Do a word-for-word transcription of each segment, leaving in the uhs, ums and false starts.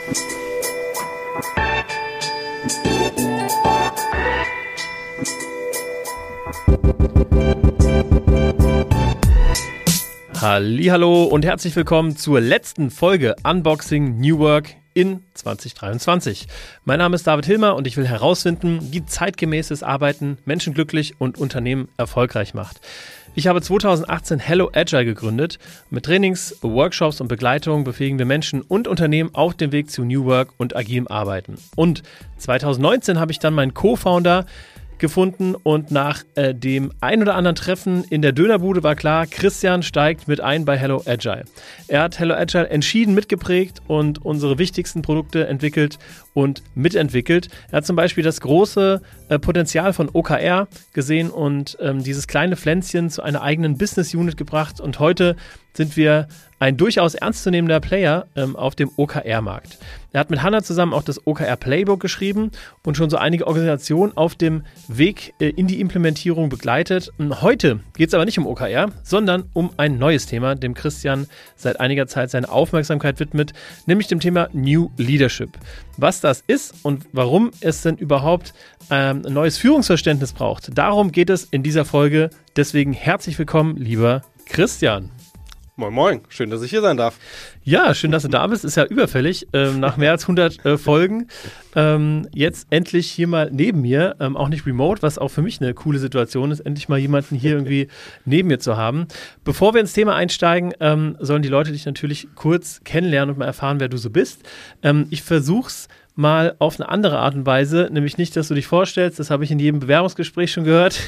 Hallihallo und herzlich willkommen zur letzten Folge Unboxing New Work in zwanzig dreiundzwanzig. Mein Name ist David Hilmer und ich will herausfinden, wie zeitgemäßes Arbeiten Menschen glücklich und Unternehmen erfolgreich macht. Ich habe zweitausendachtzehn Hello Agile gegründet. Mit Trainings, Workshops und Begleitung befähigen wir Menschen und Unternehmen auf dem Weg zu New Work und agilem Arbeiten. Und zweitausendneunzehn habe ich dann meinen Co-Founder gefunden und nach äh, dem ein oder anderen Treffen in der Dönerbude war klar, Christian steigt mit ein bei Hello Agile. Er hat Hello Agile entschieden mitgeprägt und unsere wichtigsten Produkte entwickelt und mitentwickelt. Er hat zum Beispiel das große äh, Potenzial von O K R gesehen und ähm, dieses kleine Pflänzchen zu einer eigenen Business Unit gebracht und heute sind wir ein durchaus ernstzunehmender Player ähm, auf dem O K R-Markt. Er hat mit Hanna zusammen auch das O K R-Playbook geschrieben und schon so einige Organisationen auf dem Weg äh, in die Implementierung begleitet. Und heute geht es aber nicht um O K R, sondern um ein neues Thema, dem Christian seit einiger Zeit seine Aufmerksamkeit widmet, nämlich dem Thema New Leadership. Was das ist und warum es denn überhaupt ähm, ein neues Führungsverständnis braucht, darum geht es in dieser Folge. Deswegen herzlich willkommen, lieber Christian. Moin Moin, schön, dass ich hier sein darf. Ja, schön, dass du da bist, ist ja überfällig, ähm, nach mehr als hundert äh, Folgen. Ähm, jetzt endlich hier mal neben mir, ähm, auch nicht remote, was auch für mich eine coole Situation ist, endlich mal jemanden hier irgendwie neben mir zu haben. Bevor wir ins Thema einsteigen, ähm, sollen die Leute dich natürlich kurz kennenlernen und mal erfahren, wer du so bist. Ähm, ich versuch's mal auf eine andere Art und Weise, nämlich nicht, dass du dich vorstellst, das habe ich in jedem Bewerbungsgespräch schon gehört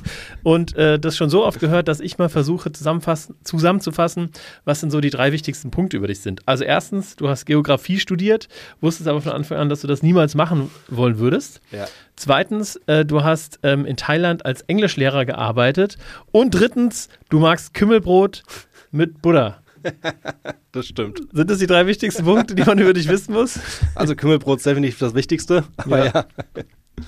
und äh, das schon so oft gehört, dass ich mal versuche zusammenzufassen, was denn so die drei wichtigsten Punkte über dich sind. Also erstens, du hast Geografie studiert, wusstest aber von Anfang an, dass du das niemals machen wollen würdest. Ja. Zweitens, äh, du hast ähm, in Thailand als Englischlehrer gearbeitet und drittens, du magst Kümmelbrot mit Butter. Das stimmt. Sind das die drei wichtigsten Punkte, die man über dich wissen muss? Also Kümmelbrot ist definitiv das Wichtigste, aber ja. ja.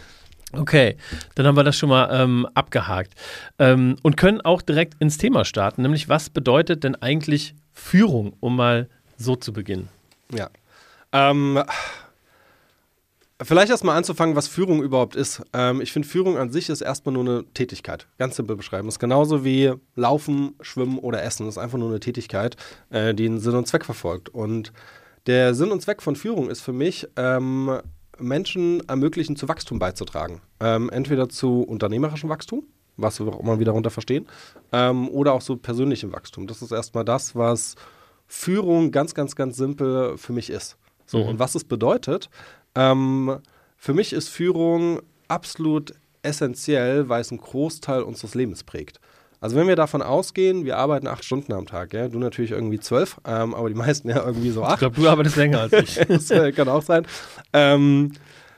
Okay, dann haben wir das schon mal ähm, abgehakt ähm, und können auch direkt ins Thema starten, nämlich was bedeutet denn eigentlich Führung, um mal so zu beginnen? Ja, ähm, vielleicht erstmal anzufangen, was Führung überhaupt ist. Ähm, ich finde, Führung an sich ist erstmal nur eine Tätigkeit. Ganz simpel beschreiben. Das ist genauso wie Laufen, Schwimmen oder Essen. Das ist einfach nur eine Tätigkeit, äh, die einen Sinn und Zweck verfolgt. Und der Sinn und Zweck von Führung ist für mich, ähm, Menschen ermöglichen, zu Wachstum beizutragen. Ähm, entweder zu unternehmerischem Wachstum, was wir auch immer wieder darunter verstehen, ähm, oder auch so persönlichem Wachstum. Das ist erstmal das, was Führung ganz, ganz, ganz simpel für mich ist. So, mhm. Und was es bedeutet, Ähm, für mich ist Führung absolut essentiell, weil es einen Großteil unseres Lebens prägt. Also wenn wir davon ausgehen, wir arbeiten acht Stunden am Tag, ja? Du natürlich irgendwie zwölf, ähm, aber die meisten ja irgendwie so acht. Ich glaube, du arbeitest länger als ich. Das äh, kann auch sein. Ähm,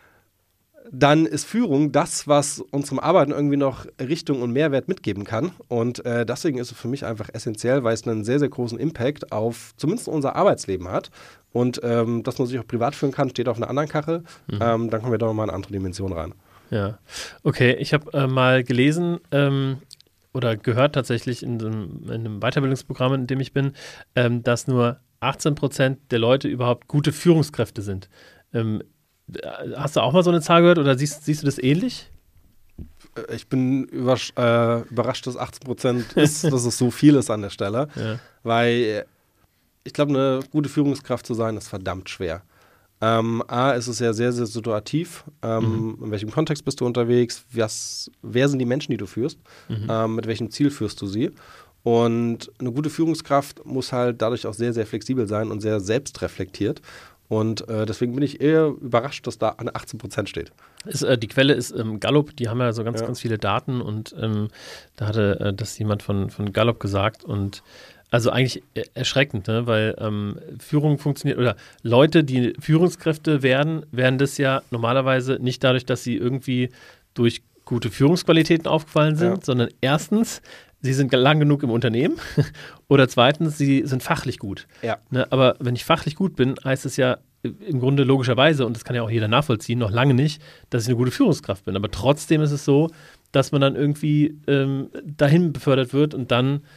dann ist Führung das, was unserem Arbeiten irgendwie noch Richtung und Mehrwert mitgeben kann. Und äh, deswegen ist es für mich einfach essentiell, weil es einen sehr, sehr großen Impact auf zumindest unser Arbeitsleben hat. Und ähm, dass man sich auch privat führen kann, steht auf einer anderen Kachel. Mhm. Ähm, dann kommen wir da nochmal in eine andere Dimension rein. Ja, okay. Ich habe äh, mal gelesen ähm, oder gehört tatsächlich in, so einem, in einem Weiterbildungsprogramm, in dem ich bin, ähm, dass nur achtzehn Prozent der Leute überhaupt gute Führungskräfte sind. Ähm, hast du auch mal so eine Zahl gehört oder siehst, siehst du das ähnlich? Ich bin überrasch- äh, überrascht, dass achtzehn Prozent ist, dass es so viel ist an der Stelle. Ja. Weil ich glaube, eine gute Führungskraft zu sein, ist verdammt schwer. Ähm, A, ist es ja sehr, sehr situativ. Ähm, mhm. In welchem Kontext bist du unterwegs? Was, wer sind die Menschen, die du führst? Mhm. Ähm, mit welchem Ziel führst du sie? Und eine gute Führungskraft muss halt dadurch auch sehr, sehr flexibel sein und sehr selbstreflektiert. Und äh, deswegen bin ich eher überrascht, dass da an achtzehn Prozent steht. Ist, äh, die Quelle ist ähm, Gallup, die haben ja so ganz, ja. ganz viele Daten und ähm, da hatte äh, das jemand von, von Gallup gesagt und also eigentlich erschreckend, ne? Weil ähm, Führung funktioniert oder Leute, die Führungskräfte werden, werden das ja normalerweise nicht dadurch, dass sie irgendwie durch gute Führungsqualitäten aufgefallen sind, ja. sondern erstens, sie sind lang genug im Unternehmen oder zweitens, sie sind fachlich gut. Ja. Ne? Aber wenn ich fachlich gut bin, heißt es ja im Grunde logischerweise, und das kann ja auch jeder nachvollziehen, noch lange nicht, dass ich eine gute Führungskraft bin. Aber trotzdem ist es so, dass man dann irgendwie ähm, dahin befördert wird und dann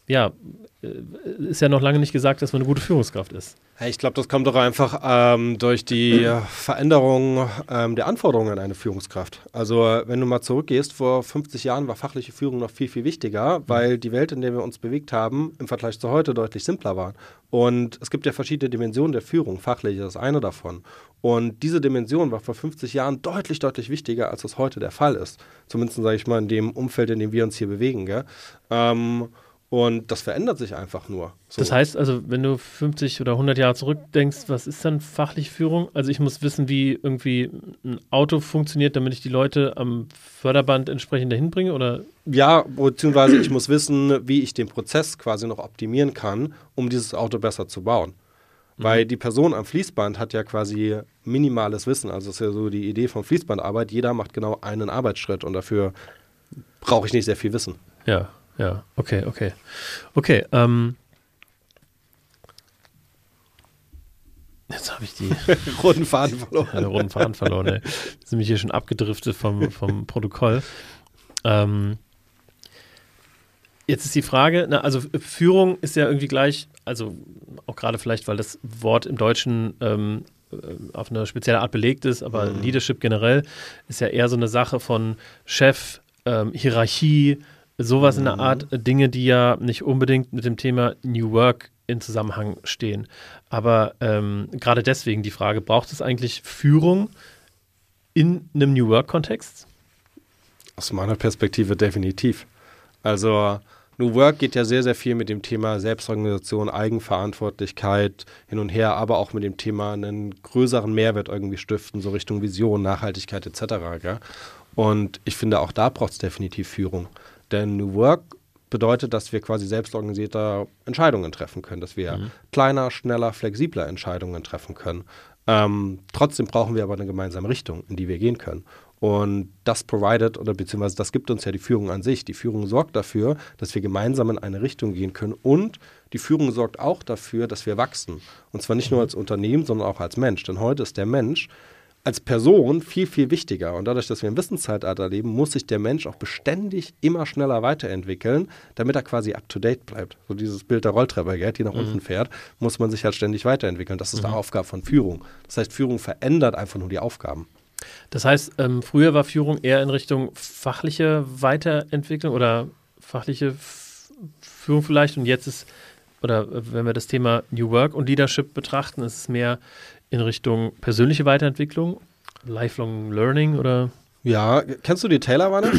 ja, ist ja noch lange nicht gesagt, dass man eine gute Führungskraft ist. Ich glaube, das kommt doch einfach ähm, durch die Veränderung ähm, der Anforderungen an eine Führungskraft. Also wenn du mal zurückgehst, vor fünfzig Jahren war fachliche Führung noch viel, viel wichtiger, weil die Welt, in der wir uns bewegt haben, im Vergleich zu heute deutlich simpler war. Und es gibt ja verschiedene Dimensionen der Führung, fachlich ist eine davon. Und diese Dimension war vor fünfzig Jahren deutlich, deutlich wichtiger, als es heute der Fall ist. Zumindest, sage ich mal, in dem Umfeld, in dem wir uns hier bewegen. Gell? Ähm, Und das verändert sich einfach nur. So. Das heißt also, wenn du fünfzig oder hundert Jahre zurückdenkst, was ist dann fachliche Führung? Also ich muss wissen, wie irgendwie ein Auto funktioniert, damit ich die Leute am Förderband entsprechend dahin bringe, oder? Ja, beziehungsweise ich muss wissen, wie ich den Prozess quasi noch optimieren kann, um dieses Auto besser zu bauen. Mhm. Weil die Person am Fließband hat ja quasi minimales Wissen. Also das ist ja so die Idee von Fließbandarbeit. Jeder macht genau einen Arbeitsschritt und dafür brauche ich nicht sehr viel Wissen. Ja. Ja, okay, okay. Okay, ähm. Jetzt habe ich die roten Faden verloren. Ja, den roten Faden verloren, ey. Sind mich hier schon abgedriftet vom, vom Protokoll. Ähm. Jetzt ist die Frage, na, also Führung ist ja irgendwie gleich, also auch gerade vielleicht, weil das Wort im Deutschen ähm, auf eine spezielle Art belegt ist, aber mhm. Leadership generell ist ja eher so eine Sache von Chef, ähm, Hierarchie, sowas mhm. in der Art, Dinge, die ja nicht unbedingt mit dem Thema New Work in Zusammenhang stehen. Aber ähm, gerade deswegen die Frage, braucht es eigentlich Führung in einem New Work-Kontext? Aus meiner Perspektive definitiv. Also New Work geht ja sehr, sehr viel mit dem Thema Selbstorganisation, Eigenverantwortlichkeit hin und her, aber auch mit dem Thema einen größeren Mehrwert irgendwie stiften, so Richtung Vision, Nachhaltigkeit et cetera. Gell? Und ich finde, auch da braucht es definitiv Führung. Denn New Work bedeutet, dass wir quasi selbstorganisierter Entscheidungen treffen können, dass wir mhm. kleiner, schneller, flexibler Entscheidungen treffen können. Ähm, trotzdem brauchen wir aber eine gemeinsame Richtung, in die wir gehen können. Und das provided oder beziehungsweise das gibt uns ja die Führung an sich. Die Führung sorgt dafür, dass wir gemeinsam in eine Richtung gehen können, und die Führung sorgt auch dafür, dass wir wachsen. Und zwar nicht nur als Unternehmen, sondern auch als Mensch. Denn heute ist der Mensch als Person viel, viel wichtiger. Und dadurch, dass wir im Wissenszeitalter leben, muss sich der Mensch auch beständig immer schneller weiterentwickeln, damit er quasi up-to-date bleibt. So dieses Bild der Rolltreppe, gell, die nach mhm. unten fährt, muss man sich halt ständig weiterentwickeln. Das ist mhm. die Aufgabe von Führung. Das heißt, Führung verändert einfach nur die Aufgaben. Das heißt, ähm, früher war Führung eher in Richtung fachliche Weiterentwicklung oder fachliche F- Führung vielleicht, und jetzt ist, oder wenn wir das Thema New Work und Leadership betrachten, ist es mehr in Richtung persönliche Weiterentwicklung, Lifelong Learning, oder? Ja, kennst du die Taylor-Wanne?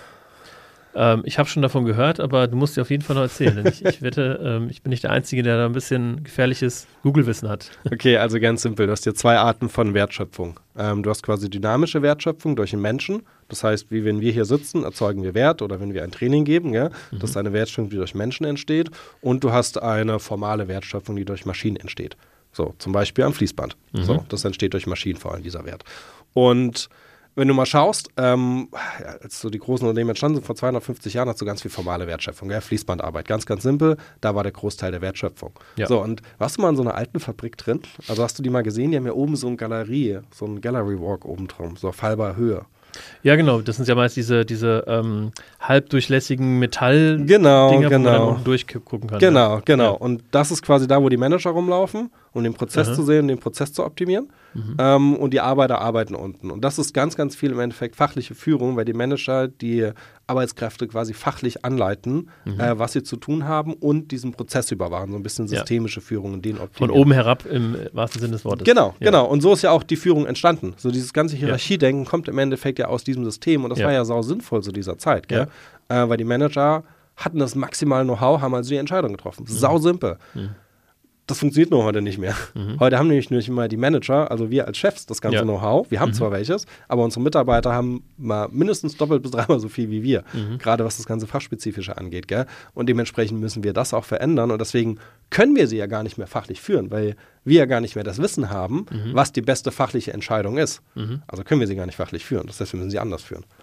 ähm, ich habe schon davon gehört, aber du musst dir auf jeden Fall noch erzählen. Denn ich, ich wette, ähm, ich bin nicht der Einzige, der da ein bisschen gefährliches Google-Wissen hat. Okay, also ganz simpel. Du hast hier zwei Arten von Wertschöpfung. Ähm, du hast quasi dynamische Wertschöpfung durch den Menschen. Das heißt, wie wenn wir hier sitzen, erzeugen wir Wert, oder wenn wir ein Training geben. Ja? Mhm. Das ist eine Wertschöpfung, die durch Menschen entsteht. Und du hast eine formale Wertschöpfung, die durch Maschinen entsteht. So, zum Beispiel am Fließband. Mhm. So, das entsteht durch Maschinen vor allem, dieser Wert. Und wenn du mal schaust, ähm, als so die großen Unternehmen entstanden sind vor zweihundertfünfzig Jahren, hast du ganz viel formale Wertschöpfung. Ja? Fließbandarbeit, ganz, ganz simpel. Da war der Großteil der Wertschöpfung. Ja. So, und warst du mal in so einer alten Fabrik drin? Also hast du die mal gesehen? Die haben ja oben so eine Galerie, so ein Gallery Walk oben drum, so auf halber Höhe. Ja, genau. Das sind ja meist diese, diese ähm, halbdurchlässigen Metall-Dinger, genau, genau. wo man dann unten durchgucken kann. Genau, ja. genau. Ja. Und das ist quasi da, wo die Manager rumlaufen, um den Prozess Aha. zu sehen, um den Prozess zu optimieren. Mhm. Ähm, und die Arbeiter arbeiten unten. Und das ist ganz, ganz viel im Endeffekt fachliche Führung, weil die Manager die Arbeitskräfte quasi fachlich anleiten, mhm. äh, was sie zu tun haben, und diesen Prozess überwachen. So ein bisschen systemische ja. Führung und den optimieren. Von oben herab im wahrsten Sinne des Wortes. Genau, ja. genau. Und so ist ja auch die Führung entstanden. So dieses ganze Hierarchiedenken ja. kommt im Endeffekt ja aus diesem System. Und das ja. war ja sau sinnvoll zu dieser Zeit. Gell? Ja. Äh, weil die Manager hatten das maximale Know-how, haben also die Entscheidung getroffen. Mhm. Sau simpel. Mhm. Das funktioniert nur heute nicht mehr. Mhm. Heute haben nämlich nicht mal die Manager, also wir als Chefs, das ganze ja. Know-how. Wir haben mhm. zwar welches, aber unsere Mitarbeiter haben mal mindestens doppelt bis dreimal so viel wie wir. Mhm. Gerade was das ganze Fachspezifische angeht. Gell? Und dementsprechend müssen wir das auch verändern. Und deswegen können wir sie ja gar nicht mehr fachlich führen, weil wir ja gar nicht mehr das Wissen haben, mhm. was die beste fachliche Entscheidung ist. Mhm. Also können wir sie gar nicht fachlich führen. Das heißt, wir müssen sie anders führen.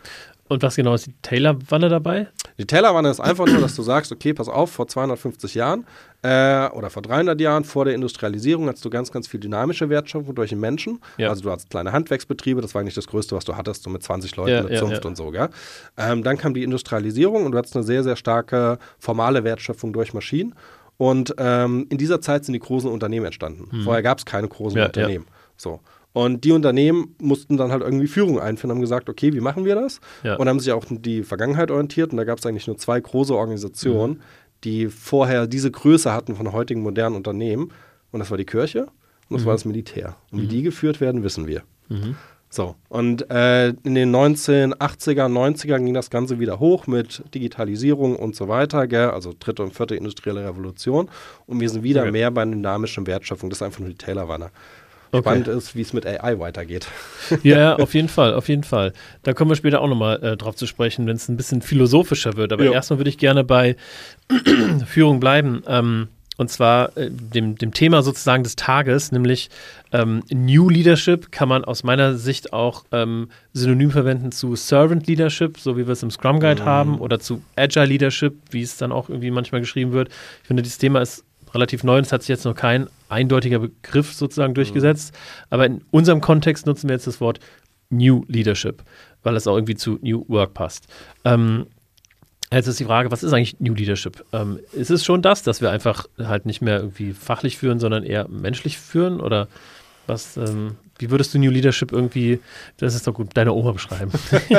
Und was genau ist die Taylor-Wanne dabei? Die Taylor-Wanne ist einfach nur, dass du sagst, okay, pass auf, vor zweihundertfünfzig Jahren äh, oder vor dreihundert Jahren, vor der Industrialisierung, hattest du ganz, ganz viel dynamische Wertschöpfung durch den Menschen. Ja. Also du hattest kleine Handwerksbetriebe, das war eigentlich das Größte, was du hattest, so mit zwanzig Leuten, ja, mit ja, Zunft ja. und so. Gell? Ähm, dann kam die Industrialisierung und du hattest eine sehr, sehr starke formale Wertschöpfung durch Maschinen. Und ähm, in dieser Zeit sind die großen Unternehmen entstanden. Hm. Vorher gab es keine großen ja, Unternehmen. Ja. So. Und die Unternehmen mussten dann halt irgendwie Führung einführen, haben gesagt, okay, wie machen wir das? Ja. Und haben sich auch in die Vergangenheit orientiert. Und da gab es eigentlich nur zwei große Organisationen, mhm. die vorher diese Größe hatten von heutigen modernen Unternehmen. Und das war die Kirche und das mhm. war das Militär. Und wie mhm. die geführt werden, wissen wir. Mhm. So, und äh, in den neunzehnhundertachtziger, neunzigern ging das Ganze wieder hoch mit Digitalisierung und so weiter, gell? Also dritte und vierte industrielle Revolution. Und wir sind wieder okay. mehr bei dynamischen Wertschöpfung. Das ist einfach nur die Taylor-Wanne. Okay. Spannend ist, wie es mit A I weitergeht. Ja, auf jeden Fall, auf jeden Fall. Da kommen wir später auch nochmal äh, drauf zu sprechen, wenn es ein bisschen philosophischer wird. Aber jo. erstmal würde ich gerne bei Führung bleiben. Ähm, und zwar äh, dem, dem Thema sozusagen des Tages, nämlich ähm, New Leadership kann man aus meiner Sicht auch ähm, synonym verwenden zu Servant Leadership, so wie wir es im Scrum Guide mhm. haben, oder zu Agile Leadership, wie es dann auch irgendwie manchmal geschrieben wird. Ich finde, dieses Thema ist relativ neu und es hat sich jetzt noch kein eindeutiger Begriff sozusagen durchgesetzt. Mhm. Aber in unserem Kontext nutzen wir jetzt das Wort New Leadership, weil es auch irgendwie zu New Work passt. Ähm, jetzt ist die Frage, was ist eigentlich New Leadership? Ähm, ist es schon das, dass wir einfach halt nicht mehr irgendwie fachlich führen, sondern eher menschlich führen? Oder was, ähm, wie würdest du New Leadership irgendwie, das ist doch gut, deiner Oma beschreiben?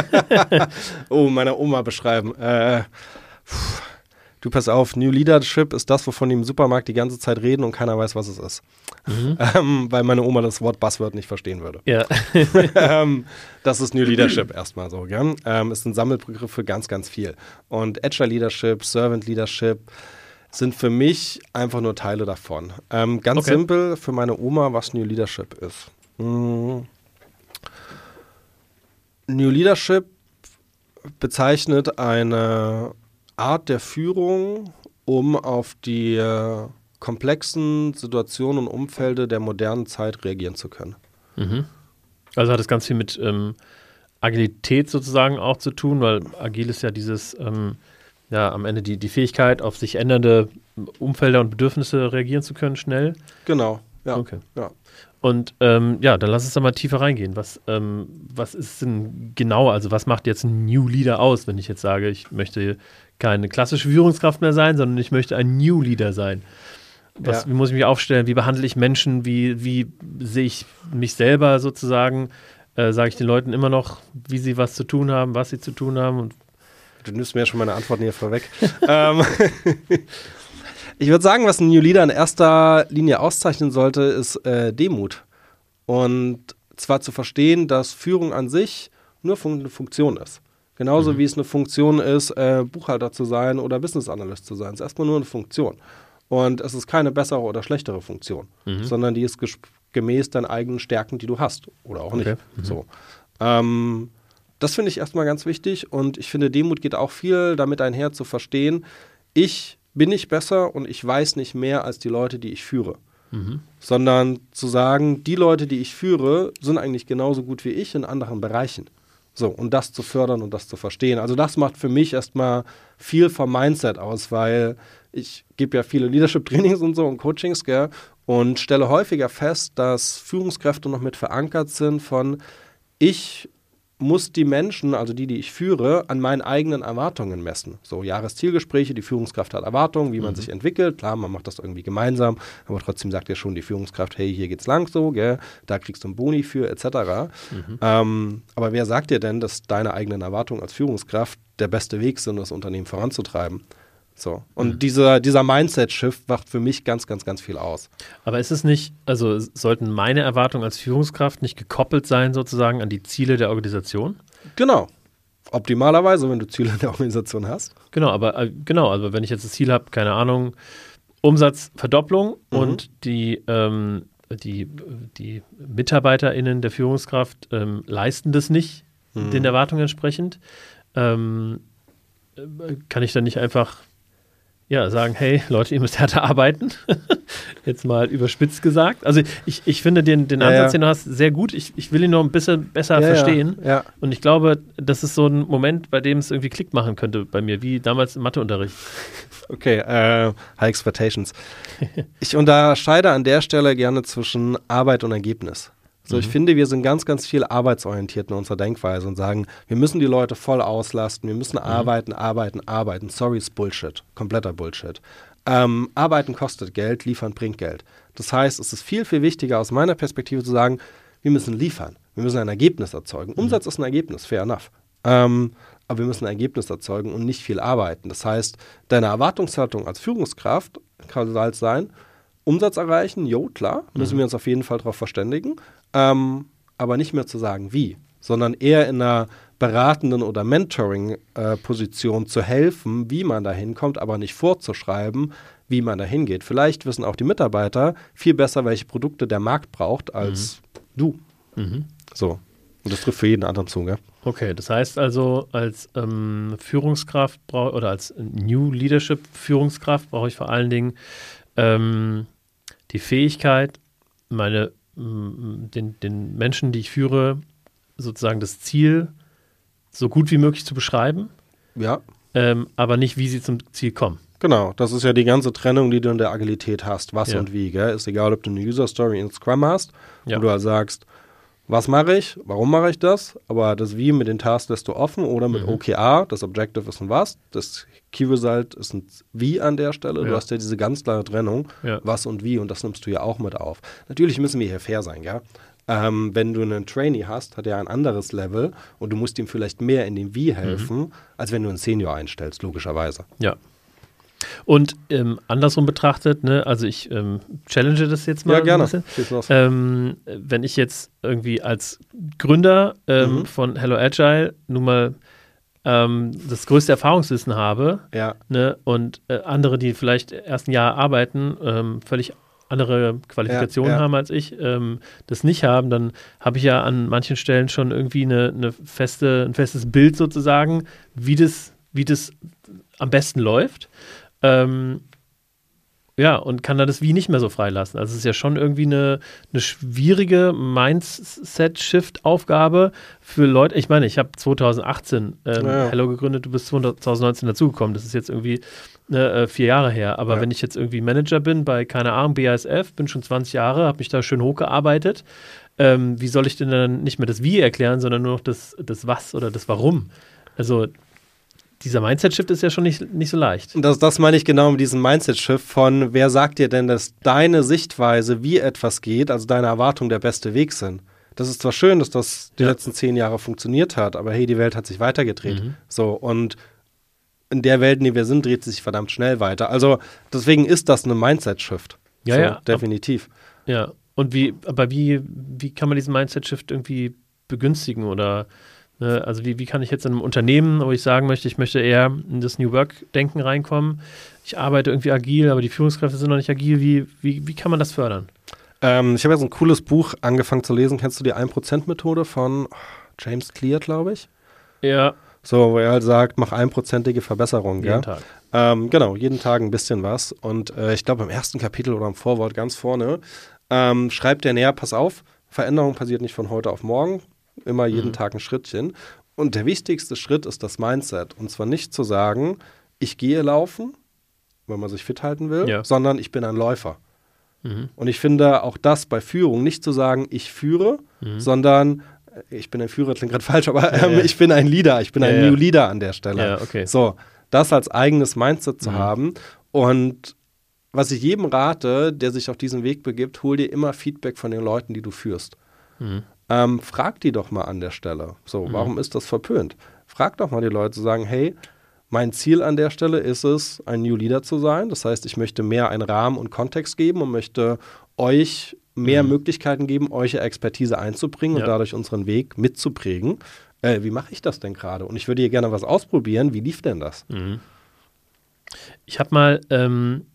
Oh, meiner Oma beschreiben. Äh, pff. Du, pass auf, New Leadership ist das, wovon die im Supermarkt die ganze Zeit reden und keiner weiß, was es ist. Mhm. Ähm, weil meine Oma das Wort Buzzword nicht verstehen würde. Ja. ähm, das ist New Leadership erstmal so. Gell? Ähm, ist ein Sammelbegriff für ganz, ganz viel. Und Agile Leadership, Servant Leadership sind für mich einfach nur Teile davon. Ähm, ganz okay. simpel für meine Oma, was New Leadership ist. Mhm. New Leadership bezeichnet eine Art der Führung, um auf die äh, komplexen Situationen und Umfelder der modernen Zeit reagieren zu können. Mhm. Also hat es ganz viel mit ähm, Agilität sozusagen auch zu tun, weil agil ist ja dieses, ähm, ja, am Ende die, die Fähigkeit, auf sich ändernde Umfelder und Bedürfnisse reagieren zu können, schnell. Genau, ja. Okay. ja. Und ähm, ja, dann lass uns da mal tiefer reingehen. Was, ähm, was ist denn genau, also was macht jetzt ein New Leader aus, wenn ich jetzt sage, ich möchte keine klassische Führungskraft mehr sein, sondern ich möchte ein New Leader sein? Was, ja. Wie muss ich mich aufstellen? Wie behandle ich Menschen? Wie, wie sehe ich mich selber sozusagen? Äh, sage ich den Leuten immer noch, wie sie was zu tun haben, was sie zu tun haben? Und du nimmst mir ja schon meine Antworten hier vorweg. ähm, ich würde sagen, was ein New Leader in erster Linie auszeichnen sollte, ist äh, Demut. Und zwar zu verstehen, dass Führung an sich nur eine Funktion ist. Genauso mhm. wie es eine Funktion ist, äh, Buchhalter zu sein oder Business Analyst zu sein. Es ist erstmal nur eine Funktion. Und es ist keine bessere oder schlechtere Funktion, mhm. sondern die ist ges- gemäß deinen eigenen Stärken, die du hast. Oder auch okay. nicht. Mhm. So. Ähm, das finde ich erstmal ganz wichtig. Und ich finde, Demut geht auch viel damit einher, zu verstehen, ich bin nicht besser und ich weiß nicht mehr als die Leute, die ich führe. Mhm. Sondern zu sagen, die Leute, die ich führe, sind eigentlich genauso gut wie ich in anderen Bereichen. So, und das zu fördern und das zu verstehen. Also das macht für mich erstmal viel vom Mindset aus, weil ich gebe ja viele Leadership-Trainings und so und Coachings, gell, und stelle häufiger fest, dass Führungskräfte noch mit verankert sind von, ich muss die Menschen, also die, die ich führe, an meinen eigenen Erwartungen messen. So Jahreszielgespräche, die Führungskraft hat Erwartungen, wie man mhm. sich entwickelt. Klar, man macht das irgendwie gemeinsam, aber trotzdem sagt ja schon die Führungskraft, hey, hier geht's lang so, gell, da kriegst du einen Boni für, et cetera. Mhm. Ähm, aber wer sagt dir denn, dass deine eigenen Erwartungen als Führungskraft der beste Weg sind, das Unternehmen voranzutreiben? So. Und mhm. dieser, dieser Mindset-Shift macht für mich ganz, ganz, ganz viel aus. Aber ist es nicht, also sollten meine Erwartungen als Führungskraft nicht gekoppelt sein sozusagen an die Ziele der Organisation? Genau. Optimalerweise, wenn du Ziele der Organisation hast. Genau, aber äh, genau, also wenn ich jetzt das Ziel habe, keine Ahnung, Umsatzverdopplung mhm. und die, ähm, die, die MitarbeiterInnen der Führungskraft ähm, leisten das nicht, mhm. den Erwartungen entsprechend, ähm, kann ich dann nicht einfach ja, sagen, hey, Leute, ihr müsst härter arbeiten. Jetzt mal überspitzt gesagt. Also ich, ich finde den, den Ja, Ansatz, ja. den du hast, sehr gut. Ich, ich will ihn noch ein bisschen besser Ja, verstehen. Ja, ja. Und ich glaube, das ist so ein Moment, bei dem es irgendwie Klick machen könnte bei mir, wie damals im Matheunterricht. Okay, äh, High Expectations. Ich unterscheide an der Stelle gerne zwischen Arbeit und Ergebnis. So, ich finde, wir sind ganz, ganz viel arbeitsorientiert in unserer Denkweise und sagen, wir müssen die Leute voll auslasten, wir müssen arbeiten, arbeiten, arbeiten. Sorry, ist Bullshit. Kompletter Bullshit. Ähm, arbeiten kostet Geld, liefern bringt Geld. Das heißt, es ist viel, viel wichtiger aus meiner Perspektive zu sagen, wir müssen liefern. Wir müssen ein Ergebnis erzeugen. Mhm. Umsatz ist ein Ergebnis, fair enough. Ähm, aber wir müssen ein Ergebnis erzeugen und nicht viel arbeiten. Das heißt, deine Erwartungshaltung als Führungskraft kann halt sein, Umsatz erreichen, jo, klar, müssen mhm. wir uns auf jeden Fall darauf verständigen, ähm, aber nicht mehr zu sagen, wie, sondern eher in einer beratenden oder Mentoring-Position äh, zu helfen, wie man da hinkommt, aber nicht vorzuschreiben, wie man da hingeht. Vielleicht wissen auch die Mitarbeiter viel besser, welche Produkte der Markt braucht, als mhm. du. Mhm. So, und das trifft für jeden anderen zu, gell? Okay, das heißt also, als ähm, Führungskraft brauch, oder als New Leadership Führungskraft brauche ich vor allen Dingen ähm, die Fähigkeit, meine, m, den, den Menschen, die ich führe, sozusagen das Ziel so gut wie möglich zu beschreiben, ja. ähm, aber nicht, wie sie zum Ziel kommen. Genau, das ist ja die ganze Trennung, die du in der Agilität hast, was Ja. und wie. Gell? Ist egal, ob du eine User Story in Scrum hast, Ja. wo du halt sagst, was mache ich, warum mache ich das, aber das Wie mit den Tasks lässt du offen oder mit Mhm. O K R, das Objective ist ein Was, das Key Result ist ein Wie an der Stelle. Ja. Du hast ja diese ganz klare Trennung, Ja. was und wie, und das nimmst du ja auch mit auf. Natürlich müssen wir hier fair sein, gell? Ähm, wenn du einen Trainee hast, hat er ein anderes Level und du musst ihm vielleicht mehr in dem Wie helfen, mhm. als wenn du einen Senior einstellst, logischerweise. Ja. Und ähm, andersrum betrachtet, ne, also ich ähm, challenge das jetzt mal Ja, gerne. ein bisschen. Ähm, wenn ich jetzt irgendwie als Gründer ähm, mhm. von Hello Agile nun mal ähm, das größte Erfahrungswissen habe, ja. ne, und äh, andere, die vielleicht erst ein Jahr arbeiten, ähm, völlig andere Qualifikationen ja, ja. haben als ich, ähm, das nicht haben, dann habe ich ja an manchen Stellen schon irgendwie eine, eine feste, ein festes Bild sozusagen, wie das, wie das am besten läuft. Ähm, ja, und kann da das Wie nicht mehr so freilassen. Also es ist ja schon irgendwie eine, eine schwierige Mindset-Shift-Aufgabe für Leute. Ich meine, ich habe zwanzig achtzehn ähm, ja, ja. Hello gegründet, du bist zwanzig neunzehn dazugekommen. Das ist jetzt irgendwie äh, vier Jahre her. Aber ja. wenn ich jetzt irgendwie Manager bin bei, keine Ahnung, B A S F, bin schon zwanzig Jahre, habe mich da schön hochgearbeitet, ähm, wie soll ich denn dann nicht mehr das Wie erklären, sondern nur noch das, das Was oder das Warum? Also dieser Mindset-Shift ist ja schon nicht, nicht so leicht. Das, das meine ich genau mit diesem Mindset-Shift von, wer sagt dir denn, dass deine Sichtweise, wie etwas geht, also deine Erwartungen der beste Weg sind? Das ist zwar schön, dass das die ja. letzten zehn Jahre funktioniert hat, aber hey, die Welt hat sich weitergedreht. Mhm. So, und in der Welt, in der wir sind, dreht sie sich verdammt schnell weiter. Also deswegen ist das ein Mindset-Shift. Ja, so, ja. Definitiv. Ja, und wie, aber wie, wie kann man diesen Mindset-Shift irgendwie begünstigen oder also wie, wie kann ich jetzt in einem Unternehmen, wo ich sagen möchte, ich möchte eher in das New Work-Denken reinkommen, ich arbeite irgendwie agil, aber die Führungskräfte sind noch nicht agil, wie, wie, wie kann man das fördern? Ähm, ich habe jetzt ein cooles Buch angefangen zu lesen, kennst du die ein Prozent Methode von James Clear, glaube ich? Ja. So, wo er halt sagt, mach einprozentige Verbesserungen. Jeden ja? Tag. Ähm, genau, jeden Tag ein bisschen was und äh, ich glaube im ersten Kapitel oder im Vorwort ganz vorne ähm, schreibt er näher, pass auf, Veränderung passiert nicht von heute auf morgen, immer jeden mhm. Tag ein Schrittchen. Und der wichtigste Schritt ist das Mindset. Und zwar nicht zu sagen, ich gehe laufen, wenn man sich fit halten will, ja. sondern ich bin ein Läufer. Mhm. Und ich finde auch das bei Führung, nicht zu sagen, ich führe, mhm. sondern ich bin ein Führer, klingt gerade falsch, aber ähm, ja, ja. ich bin ein Leader, ich bin ja, ein ja. New Leader an der Stelle. Ja, okay. So, das als eigenes Mindset zu mhm. haben. Und was ich jedem rate, der sich auf diesen Weg begibt, hol dir immer Feedback von den Leuten, die du führst. Mhm. Ähm, frag die doch mal an der Stelle. So, mhm. warum ist das verpönt? Frag doch mal die Leute, zu sagen, hey, mein Ziel an der Stelle ist es, ein New Leader zu sein. Das heißt, ich möchte mehr einen Rahmen und Kontext geben und möchte euch mehr mhm. Möglichkeiten geben, eure Expertise einzubringen ja. und dadurch unseren Weg mitzuprägen. Äh, wie mache ich das denn gerade? Und ich würde hier gerne was ausprobieren. Wie lief denn das? Mhm. Ich habe mal ähm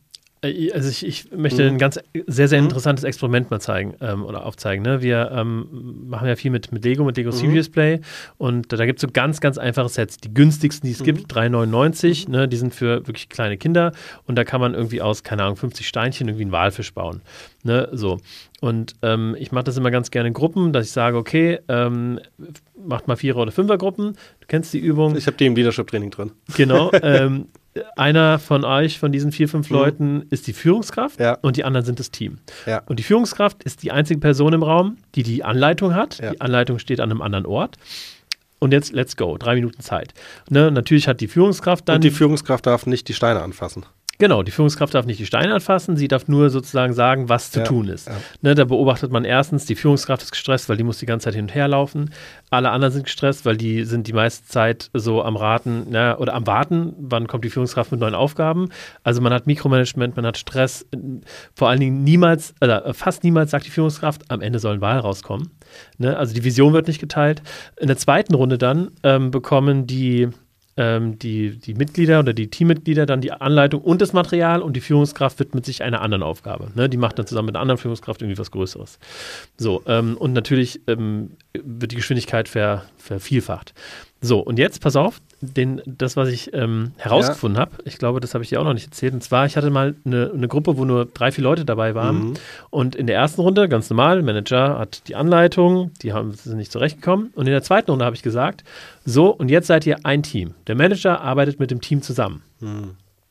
Also ich, ich möchte mhm. ein ganz sehr, sehr interessantes Experiment mal zeigen ähm, oder aufzeigen. Ne? Wir ähm, machen ja viel mit, mit Lego, mit Lego mhm. Serious Play und da, da gibt es so ganz, ganz einfache Sets. Die günstigsten, die es mhm. gibt, drei neunundneunzig, mhm. ne? Die sind für wirklich kleine Kinder und da kann man irgendwie aus, keine Ahnung, fünfzig Steinchen irgendwie einen Walfisch bauen. Ne? So. Und ähm, ich mache das immer ganz gerne in Gruppen, dass ich sage, okay, ähm, macht mal Vierer- oder Fünfergruppen. Du kennst die Übung. Ich habe die im Leadership-Training drin. Genau. ähm, Einer von euch, von diesen vier, fünf mhm. Leuten, ist die Führungskraft ja. und die anderen sind das Team. Ja. Und die Führungskraft ist die einzige Person im Raum, die die Anleitung hat. Ja. Die Anleitung steht an einem anderen Ort. Und jetzt, let's go, drei Minuten Zeit. Ne, natürlich hat die Führungskraft dann... Und die Führungskraft darf nicht die Steine anfassen. Genau, die Führungskraft darf nicht die Steine anfassen, sie darf nur sozusagen sagen, was zu ja, tun ist. Ja. Ne, da beobachtet man erstens, die Führungskraft ist gestresst, weil die muss die ganze Zeit hin und her laufen. Alle anderen sind gestresst, weil die sind die meiste Zeit so am Raten na, oder am Warten, wann kommt die Führungskraft mit neuen Aufgaben. Also man hat Mikromanagement, man hat Stress. Vor allen Dingen niemals, äh, fast niemals sagt die Führungskraft, am Ende sollen Wahlen rauskommen. Ne, also die Vision wird nicht geteilt. In der zweiten Runde dann ähm, bekommen die Ähm, die, die Mitglieder oder die Teammitglieder dann die Anleitung und das Material und die Führungskraft widmet sich einer anderen Aufgabe. Ne? Die macht dann zusammen mit einer anderen Führungskraft irgendwie was Größeres. So, ähm, und natürlich ähm, wird die Geschwindigkeit ver, vervielfacht. So, und jetzt, pass auf, den, das, was ich ähm, herausgefunden ja. habe, ich glaube, das habe ich dir auch noch nicht erzählt, und zwar, ich hatte mal eine, eine Gruppe, wo nur drei, vier Leute dabei waren mhm. und in der ersten Runde, ganz normal, Manager hat die Anleitung, die haben, sind nicht zurechtgekommen und in der zweiten Runde habe ich gesagt, so, und jetzt seid ihr ein Team. Der Manager arbeitet mit dem Team zusammen. Mhm.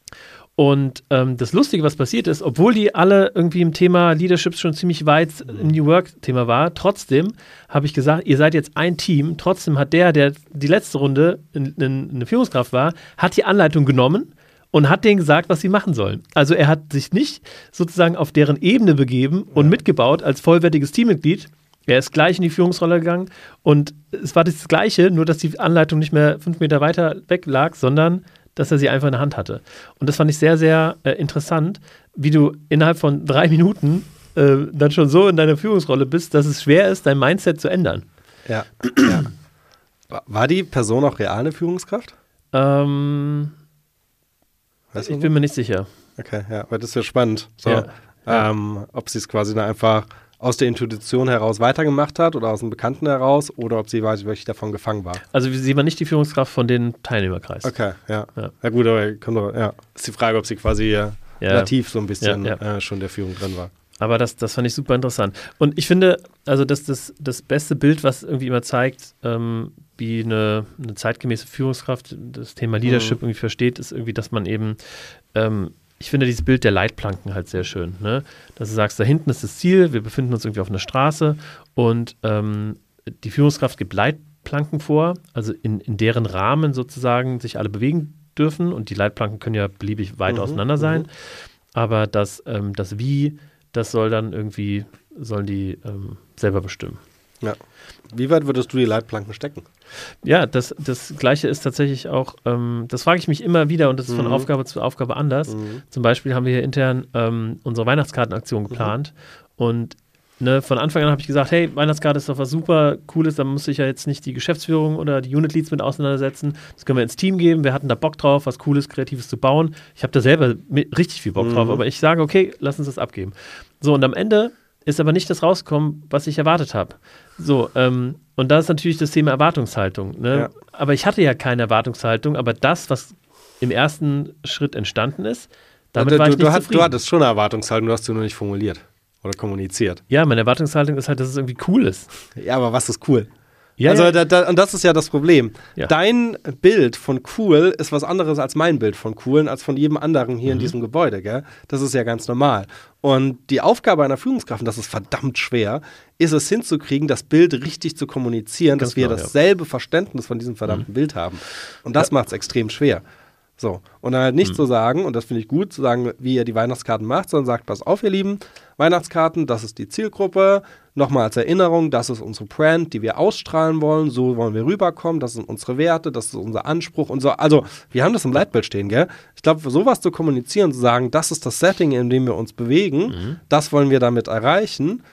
Und ähm, das Lustige, was passiert ist, obwohl die alle irgendwie im Thema Leadership schon ziemlich weit im New Work-Thema war, trotzdem habe ich gesagt, ihr seid jetzt ein Team, trotzdem hat der, der die letzte Runde in, in, eine Führungskraft war, hat die Anleitung genommen und hat denen gesagt, was sie machen sollen. Also er hat sich nicht sozusagen auf deren Ebene begeben und ja. mitgebaut als vollwertiges Teammitglied. Er ist gleich in die Führungsrolle gegangen und es war das Gleiche, nur dass die Anleitung nicht mehr fünf Meter weiter weg lag, sondern dass er sie einfach in der Hand hatte. Und das fand ich sehr, sehr äh, interessant, wie du innerhalb von drei Minuten äh, dann schon so in deiner Führungsrolle bist, dass es schwer ist, dein Mindset zu ändern. Ja. ja. War die Person auch real eine Führungskraft? Ähm, weißt ich du bin mir nicht sicher. Okay, ja, weil das ist ja spannend. So, ja. ähm, ob sie es quasi dann einfach aus der Intuition heraus weitergemacht hat oder aus dem Bekannten heraus oder ob sie wirklich davon gefangen war. Also sie war nicht die Führungskraft von den Teilnehmerkreis. Okay, ja. Ja, ja gut, aber kommt doch, ja. Ist die Frage, ob sie quasi ja, nativ so ein bisschen ja, ja. Äh, schon der Führung drin war. Aber das, das fand ich super interessant. Und ich finde, also das, das, das beste Bild, was irgendwie immer zeigt, ähm, wie eine, eine zeitgemäße Führungskraft das Thema Leadership mhm. irgendwie versteht, ist irgendwie, dass man eben ähm, ich finde dieses Bild der Leitplanken halt sehr schön, ne? Dass du sagst, da hinten ist das Ziel, wir befinden uns irgendwie auf einer Straße und ähm, die Führungskraft gibt Leitplanken vor, also in, in deren Rahmen sozusagen sich alle bewegen dürfen und die Leitplanken können ja beliebig weit mhm, auseinander sein, mhm. aber das, ähm, das Wie, das soll dann irgendwie, sollen die ähm, selber bestimmen. Ja. Wie weit würdest du die Leitplanken stecken? Ja, das, das Gleiche ist tatsächlich auch, ähm, das frage ich mich immer wieder und das ist von mhm. Aufgabe zu Aufgabe anders. Mhm. Zum Beispiel haben wir hier intern ähm, unsere Weihnachtskartenaktion geplant mhm. und ne, von Anfang an habe ich gesagt, hey, Weihnachtskarte ist doch was super Cooles, da muss sich ja jetzt nicht die Geschäftsführung oder die Unit Leads mit auseinandersetzen. Das können wir ins Team geben, wir hatten da Bock drauf, was Cooles, Kreatives zu bauen. Ich habe da selber mit, richtig viel Bock mhm. drauf, aber ich sage, okay, lass uns das abgeben. So, und am Ende ist aber nicht das rausgekommen, was ich erwartet habe. So, ähm, und da ist natürlich das Thema Erwartungshaltung. Ne? Ja. Aber ich hatte ja keine Erwartungshaltung, aber das, was im ersten Schritt entstanden ist, damit ja, du, war ich nicht du, zufrieden. Du hattest schon eine Erwartungshaltung, du hast sie nur nicht formuliert oder kommuniziert. Ja, meine Erwartungshaltung ist halt, dass es irgendwie cool ist. Ja, aber was ist cool? Ja, also, ja. Da, da, und das ist ja das Problem. Ja. Dein Bild von cool ist was anderes als mein Bild von cool und als von jedem anderen hier mhm. in diesem Gebäude, gell? Das ist ja ganz normal. Und die Aufgabe einer Führungskraft, und das ist verdammt schwer, ist es hinzukriegen, das Bild richtig zu kommunizieren, ganz dass wir genau, dasselbe ja. Verständnis von diesem verdammten mhm. Bild haben. Und das ja. macht es extrem schwer. So, und dann halt nicht mhm. zu sagen, und das finde ich gut, zu sagen, wie ihr die Weihnachtskarten macht, sondern sagt, pass auf, ihr Lieben, Weihnachtskarten, das ist die Zielgruppe, nochmal als Erinnerung, das ist unsere Brand, die wir ausstrahlen wollen, so wollen wir rüberkommen, das sind unsere Werte, das ist unser Anspruch und so. Also, wir haben das im Leitbild stehen, gell? Ich glaube, für sowas zu kommunizieren, zu sagen, das ist das Setting, in dem wir uns bewegen, mhm. das wollen wir damit erreichen,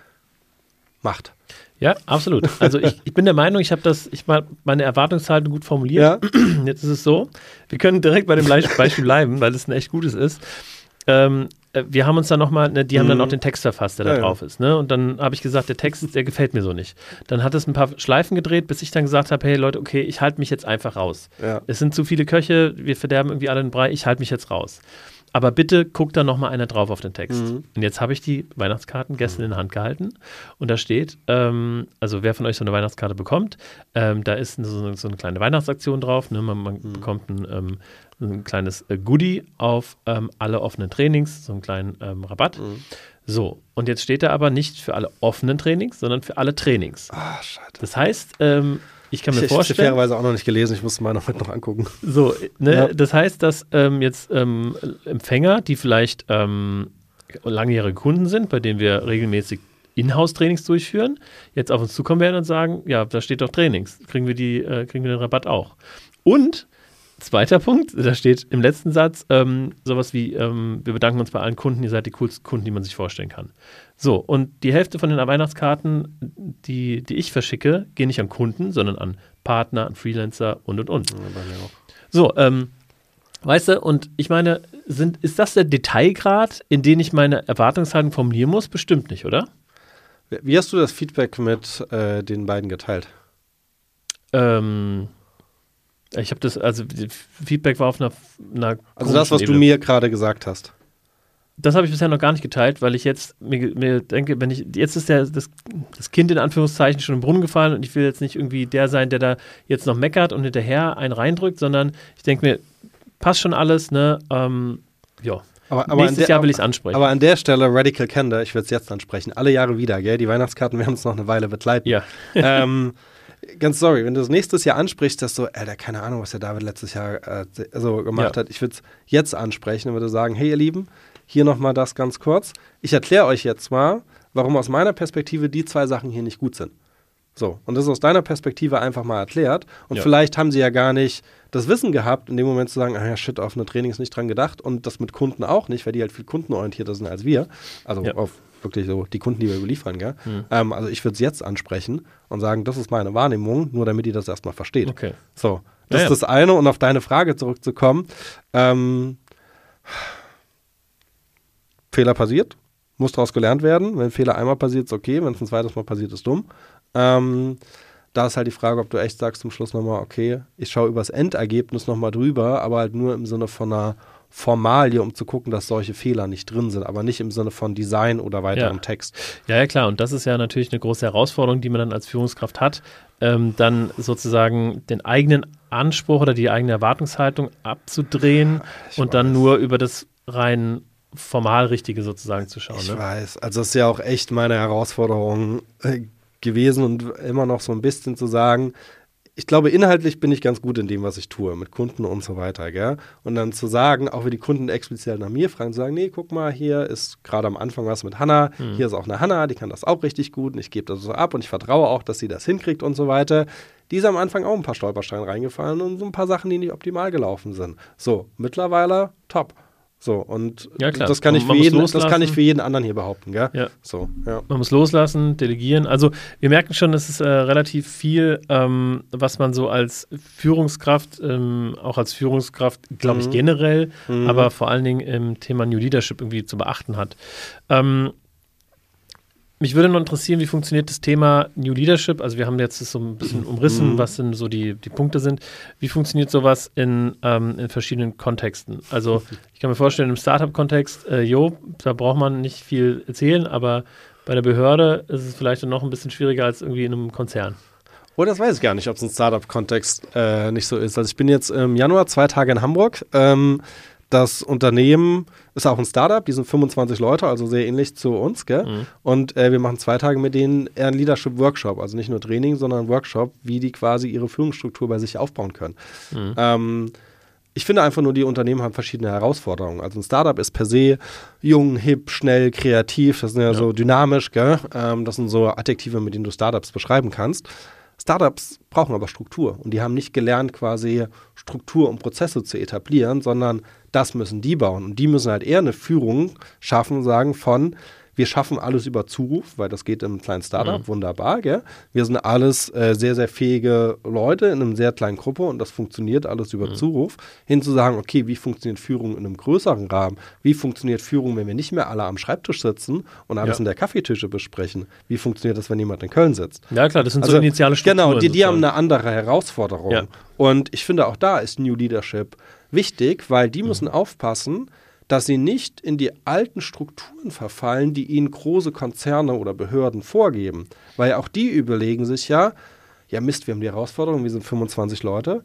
macht. Ja, absolut. Also ich, ich bin der Meinung, ich habe das, ich mal meine Erwartungshaltung gut formuliert. Ja. Jetzt ist es so, wir können direkt bei dem Beispiel bleiben, weil es ein echt gutes ist. Ähm, äh, wir haben uns dann nochmal, ne, die haben Mhm. dann auch den Text verfasst, der da Ja, ja. drauf ist. Ne? Und dann habe ich gesagt, der Text, der gefällt mir so nicht. Dann hat es ein paar Schleifen gedreht, bis ich dann gesagt habe, hey Leute, okay, ich halte mich jetzt einfach raus. Ja. Es sind zu viele Köche, wir verderben irgendwie alle den Brei, ich halte mich jetzt raus. Aber bitte guckt da nochmal einer drauf auf den Text. Mhm. Und jetzt habe ich die Weihnachtskarten gestern in der Hand gehalten und da steht, ähm, also wer von euch so eine Weihnachtskarte bekommt, ähm, da ist so eine, so eine kleine Weihnachtsaktion drauf. Ne? Man, man Mhm. bekommt ein, ähm, ein kleines äh, Goodie auf ähm, alle offenen Trainings, so einen kleinen ähm, Rabatt. Mhm. So, und jetzt steht da aber nicht für alle offenen Trainings, sondern für alle Trainings. Ah, schade. Das heißt, ähm, ich kann mir Ich habe vorstellen, fairerweise auch noch nicht gelesen, ich muss meine heute noch angucken. so, ne, Ja. das heißt, dass ähm, jetzt ähm, Empfänger, die vielleicht ähm, langjährige Kunden sind, bei denen wir regelmäßig Inhouse-Trainings durchführen, jetzt auf uns zukommen werden und sagen, ja, da steht doch Trainings, kriegen wir, die, äh, kriegen wir den Rabatt auch. Und zweiter Punkt, da steht im letzten Satz ähm, sowas wie, ähm, wir bedanken uns bei allen Kunden, ihr seid die coolsten Kunden, die man sich vorstellen kann. So, und die Hälfte von den Weihnachtskarten, die, die ich verschicke, gehen nicht an Kunden, sondern an Partner, an Freelancer und, und, und. Ja, bei mir auch. So, ähm, weißt du, und ich meine, sind, ist das der Detailgrad, in den ich meine Erwartungshaltung formulieren muss? Bestimmt nicht, oder? Wie hast du das Feedback mit äh, den beiden geteilt? Ähm, ich habe das, also die Feedback war auf einer, einer Also das, was komischen du Ebene. mir gerade gesagt hast. Das habe ich bisher noch gar nicht geteilt, weil ich jetzt mir, mir denke, wenn ich, jetzt ist der, das, das Kind in Anführungszeichen schon im Brunnen gefallen und ich will jetzt nicht irgendwie der sein, der da jetzt noch meckert und hinterher einen reindrückt, sondern ich denke mir, passt schon alles, ne, ähm, ja. Aber, aber Nächstes an der, Jahr will ich es ansprechen. Aber an der Stelle, Radical Candor, ich würde es jetzt ansprechen, alle Jahre wieder, gell? Die Weihnachtskarten werden uns noch eine Weile begleiten. Ja. ähm, ganz sorry, wenn du das nächstes Jahr ansprichst, dass so, Alter, keine Ahnung, was der David letztes Jahr äh, so gemacht Ja. hat, ich würde es jetzt ansprechen und würde sagen, hey ihr Lieben, hier nochmal das ganz kurz. Ich erkläre euch jetzt mal, warum aus meiner Perspektive die zwei Sachen hier nicht gut sind. So, und das ist aus deiner Perspektive einfach mal erklärt. Und Ja. vielleicht haben sie ja gar nicht das Wissen gehabt, in dem Moment zu sagen, ah ja, shit, auf eine Trainings nicht dran gedacht. Und das mit Kunden auch nicht, weil die halt viel kundenorientierter sind als wir. Also Ja. auf wirklich so die Kunden, die wir beliefern, gell? Mhm. Ähm, also ich würde es jetzt ansprechen und sagen, das ist meine Wahrnehmung, nur damit ihr das erstmal versteht. Okay. So, das Ja, ist ja. das eine. Und auf deine Frage zurückzukommen, ähm, Fehler passiert, muss daraus gelernt werden. Wenn ein Fehler einmal passiert, ist okay. Wenn es ein zweites Mal passiert, ist dumm. Ähm, da ist halt die Frage, ob du echt sagst zum Schluss nochmal, okay, ich schaue übers Endergebnis nochmal drüber, aber halt nur im Sinne von einer Formalie, um zu gucken, dass solche Fehler nicht drin sind, aber nicht im Sinne von Design oder weiterem Ja. Text. Ja, ja, klar. Und das ist ja natürlich eine große Herausforderung, die man dann als Führungskraft hat, ähm, dann sozusagen den eigenen Anspruch oder die eigene Erwartungshaltung abzudrehen Ich und dann weiß. nur über das rein formal Richtige sozusagen zu schauen. Ich Ne? weiß, also es ist ja auch echt meine Herausforderung äh, gewesen und immer noch so ein bisschen zu sagen, ich glaube, inhaltlich bin ich ganz gut in dem, was ich tue, mit Kunden und so weiter, gell? Und dann zu sagen, auch wenn die Kunden explizit nach mir fragen, zu sagen, nee, guck mal, hier ist gerade am Anfang was mit Hanna, Mhm. hier ist auch eine Hanna, die kann das auch richtig gut und ich gebe das so ab und ich vertraue auch, dass sie das hinkriegt und so weiter. Die ist am Anfang auch ein paar Stolpersteine reingefallen und so ein paar Sachen, die nicht optimal gelaufen sind. So, mittlerweile top. So, und Ja, klar. das kann ich Und man für muss jeden, das kann loslassen. ich für jeden anderen hier behaupten, gell? Ja. So, ja. Man muss loslassen, delegieren. Also wir merken schon, es ist äh, relativ viel, ähm, was man so als Führungskraft, ähm, auch als Führungskraft, glaube ich, Mhm. generell, Mhm. aber vor allen Dingen im Thema New Leadership irgendwie zu beachten hat. Ähm, mich würde noch interessieren, wie funktioniert das Thema New Leadership? Also wir haben jetzt das so ein bisschen umrissen, Mhm. was denn so die, die Punkte sind. Wie funktioniert sowas in, ähm, in verschiedenen Kontexten? Also ich kann mir vorstellen, im Startup-Kontext, äh, jo, da braucht man nicht viel erzählen, aber bei der Behörde ist es vielleicht noch ein bisschen schwieriger als irgendwie in einem Konzern. Oh, das weiß ich gar nicht, ob es im Startup-Kontext äh, nicht so ist. Also ich bin jetzt im Januar zwei Tage in Hamburg. Ähm, das Unternehmen ist auch ein Startup, die sind fünfundzwanzig Leute, also sehr ähnlich zu uns, gell? Mhm. Und äh, wir machen zwei Tage mit denen eher einen Leadership-Workshop, also nicht nur Training, sondern ein Workshop, wie die quasi ihre Führungsstruktur bei sich aufbauen können. Mhm. Ähm, ich finde einfach nur, die Unternehmen haben verschiedene Herausforderungen. Also ein Startup ist per se jung, hip, schnell, kreativ, das sind ja, Ja. so dynamisch, gell? Ähm, das sind so Adjektive, mit denen du Startups beschreiben kannst. Startups brauchen aber Struktur und die haben nicht gelernt, quasi Struktur und Prozesse zu etablieren, sondern das müssen die bauen und die müssen halt eher eine Führung schaffen, sagen von, wir schaffen alles über Zuruf, weil das geht im kleinen Startup, Mhm. wunderbar, gell? Wir sind alles äh, sehr, sehr fähige Leute in einer sehr kleinen Gruppe und das funktioniert alles über Mhm. Zuruf. Hin zu sagen, okay, wie funktioniert Führung in einem größeren Rahmen? Wie funktioniert Führung, wenn wir nicht mehr alle am Schreibtisch sitzen und alles Ja. in der Kaffeetische besprechen? Wie funktioniert das, wenn jemand in Köln sitzt? Ja, klar, das sind Also, so initiale Strukturen. Genau, die, die haben sozusagen. eine andere Herausforderung. Ja. Und ich finde, auch da ist New Leadership wichtig, weil die müssen aufpassen, dass sie nicht in die alten Strukturen verfallen, die ihnen große Konzerne oder Behörden vorgeben. Weil auch die überlegen sich ja, ja Mist, wir haben die Herausforderung, wir sind fünfundzwanzig Leute.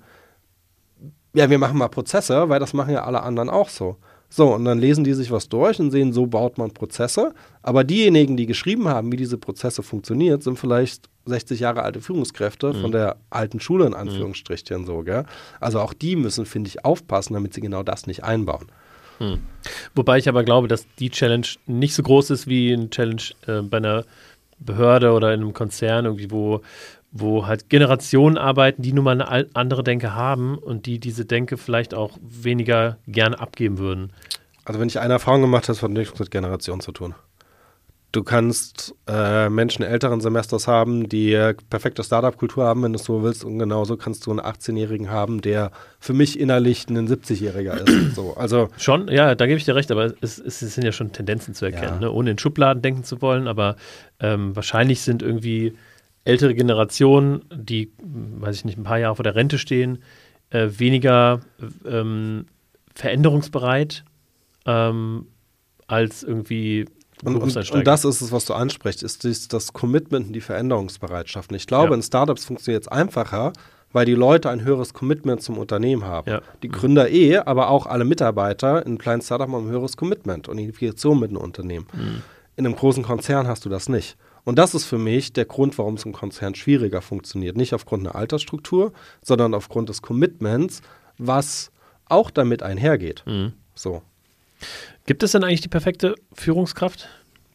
Ja, wir machen mal Prozesse, weil das machen ja alle anderen auch so. So, und dann lesen die sich was durch und sehen, so baut man Prozesse. Aber diejenigen, die geschrieben haben, wie diese Prozesse funktionieren, sind vielleicht sechzig Jahre alte Führungskräfte mhm. von der alten Schule in Anführungsstrichen mhm. so, gell? Also auch die müssen, finde ich, aufpassen, damit sie genau das nicht einbauen. Hm. Wobei ich aber glaube, dass die Challenge nicht so groß ist wie eine Challenge äh, bei einer Behörde oder in einem Konzern, irgendwie, wo, wo halt Generationen arbeiten, die nun mal eine al- andere Denke haben und die diese Denke vielleicht auch weniger gerne abgeben würden. Also wenn ich eine Erfahrung gemacht habe, das hat nichts mit Generation zu tun. Du kannst äh, Menschen älteren Semesters haben, die äh, perfekte Startup-Kultur haben, wenn du es so willst. Und genauso kannst du einen achtzehnjährigen haben, der für mich innerlich ein siebzigjähriger ist. So, also schon, ja, da gebe ich dir recht, aber es, es, es sind ja schon Tendenzen zu erkennen, Ja. ne? Ohne in Schubladen denken zu wollen. Aber ähm, wahrscheinlich sind irgendwie ältere Generationen, die, weiß ich nicht, ein paar Jahre vor der Rente stehen, äh, weniger ähm, veränderungsbereit ähm, als irgendwie Und, und, und das ist es, was du ansprichst, ist dies, das Commitment und die Veränderungsbereitschaft. Und ich glaube, Ja. in Startups funktioniert es einfacher, weil die Leute ein höheres Commitment zum Unternehmen haben. Ja. Die Gründer eh, aber auch alle Mitarbeiter in einem kleinen Startup haben ein höheres Commitment und Identifikation mit einem Unternehmen. Mhm. In einem großen Konzern hast du das nicht. Und das ist für mich der Grund, warum es im Konzern schwieriger funktioniert. Nicht aufgrund einer Altersstruktur, sondern aufgrund des Commitments, was auch damit einhergeht. Mhm. So. Gibt es denn eigentlich die perfekte Führungskraft?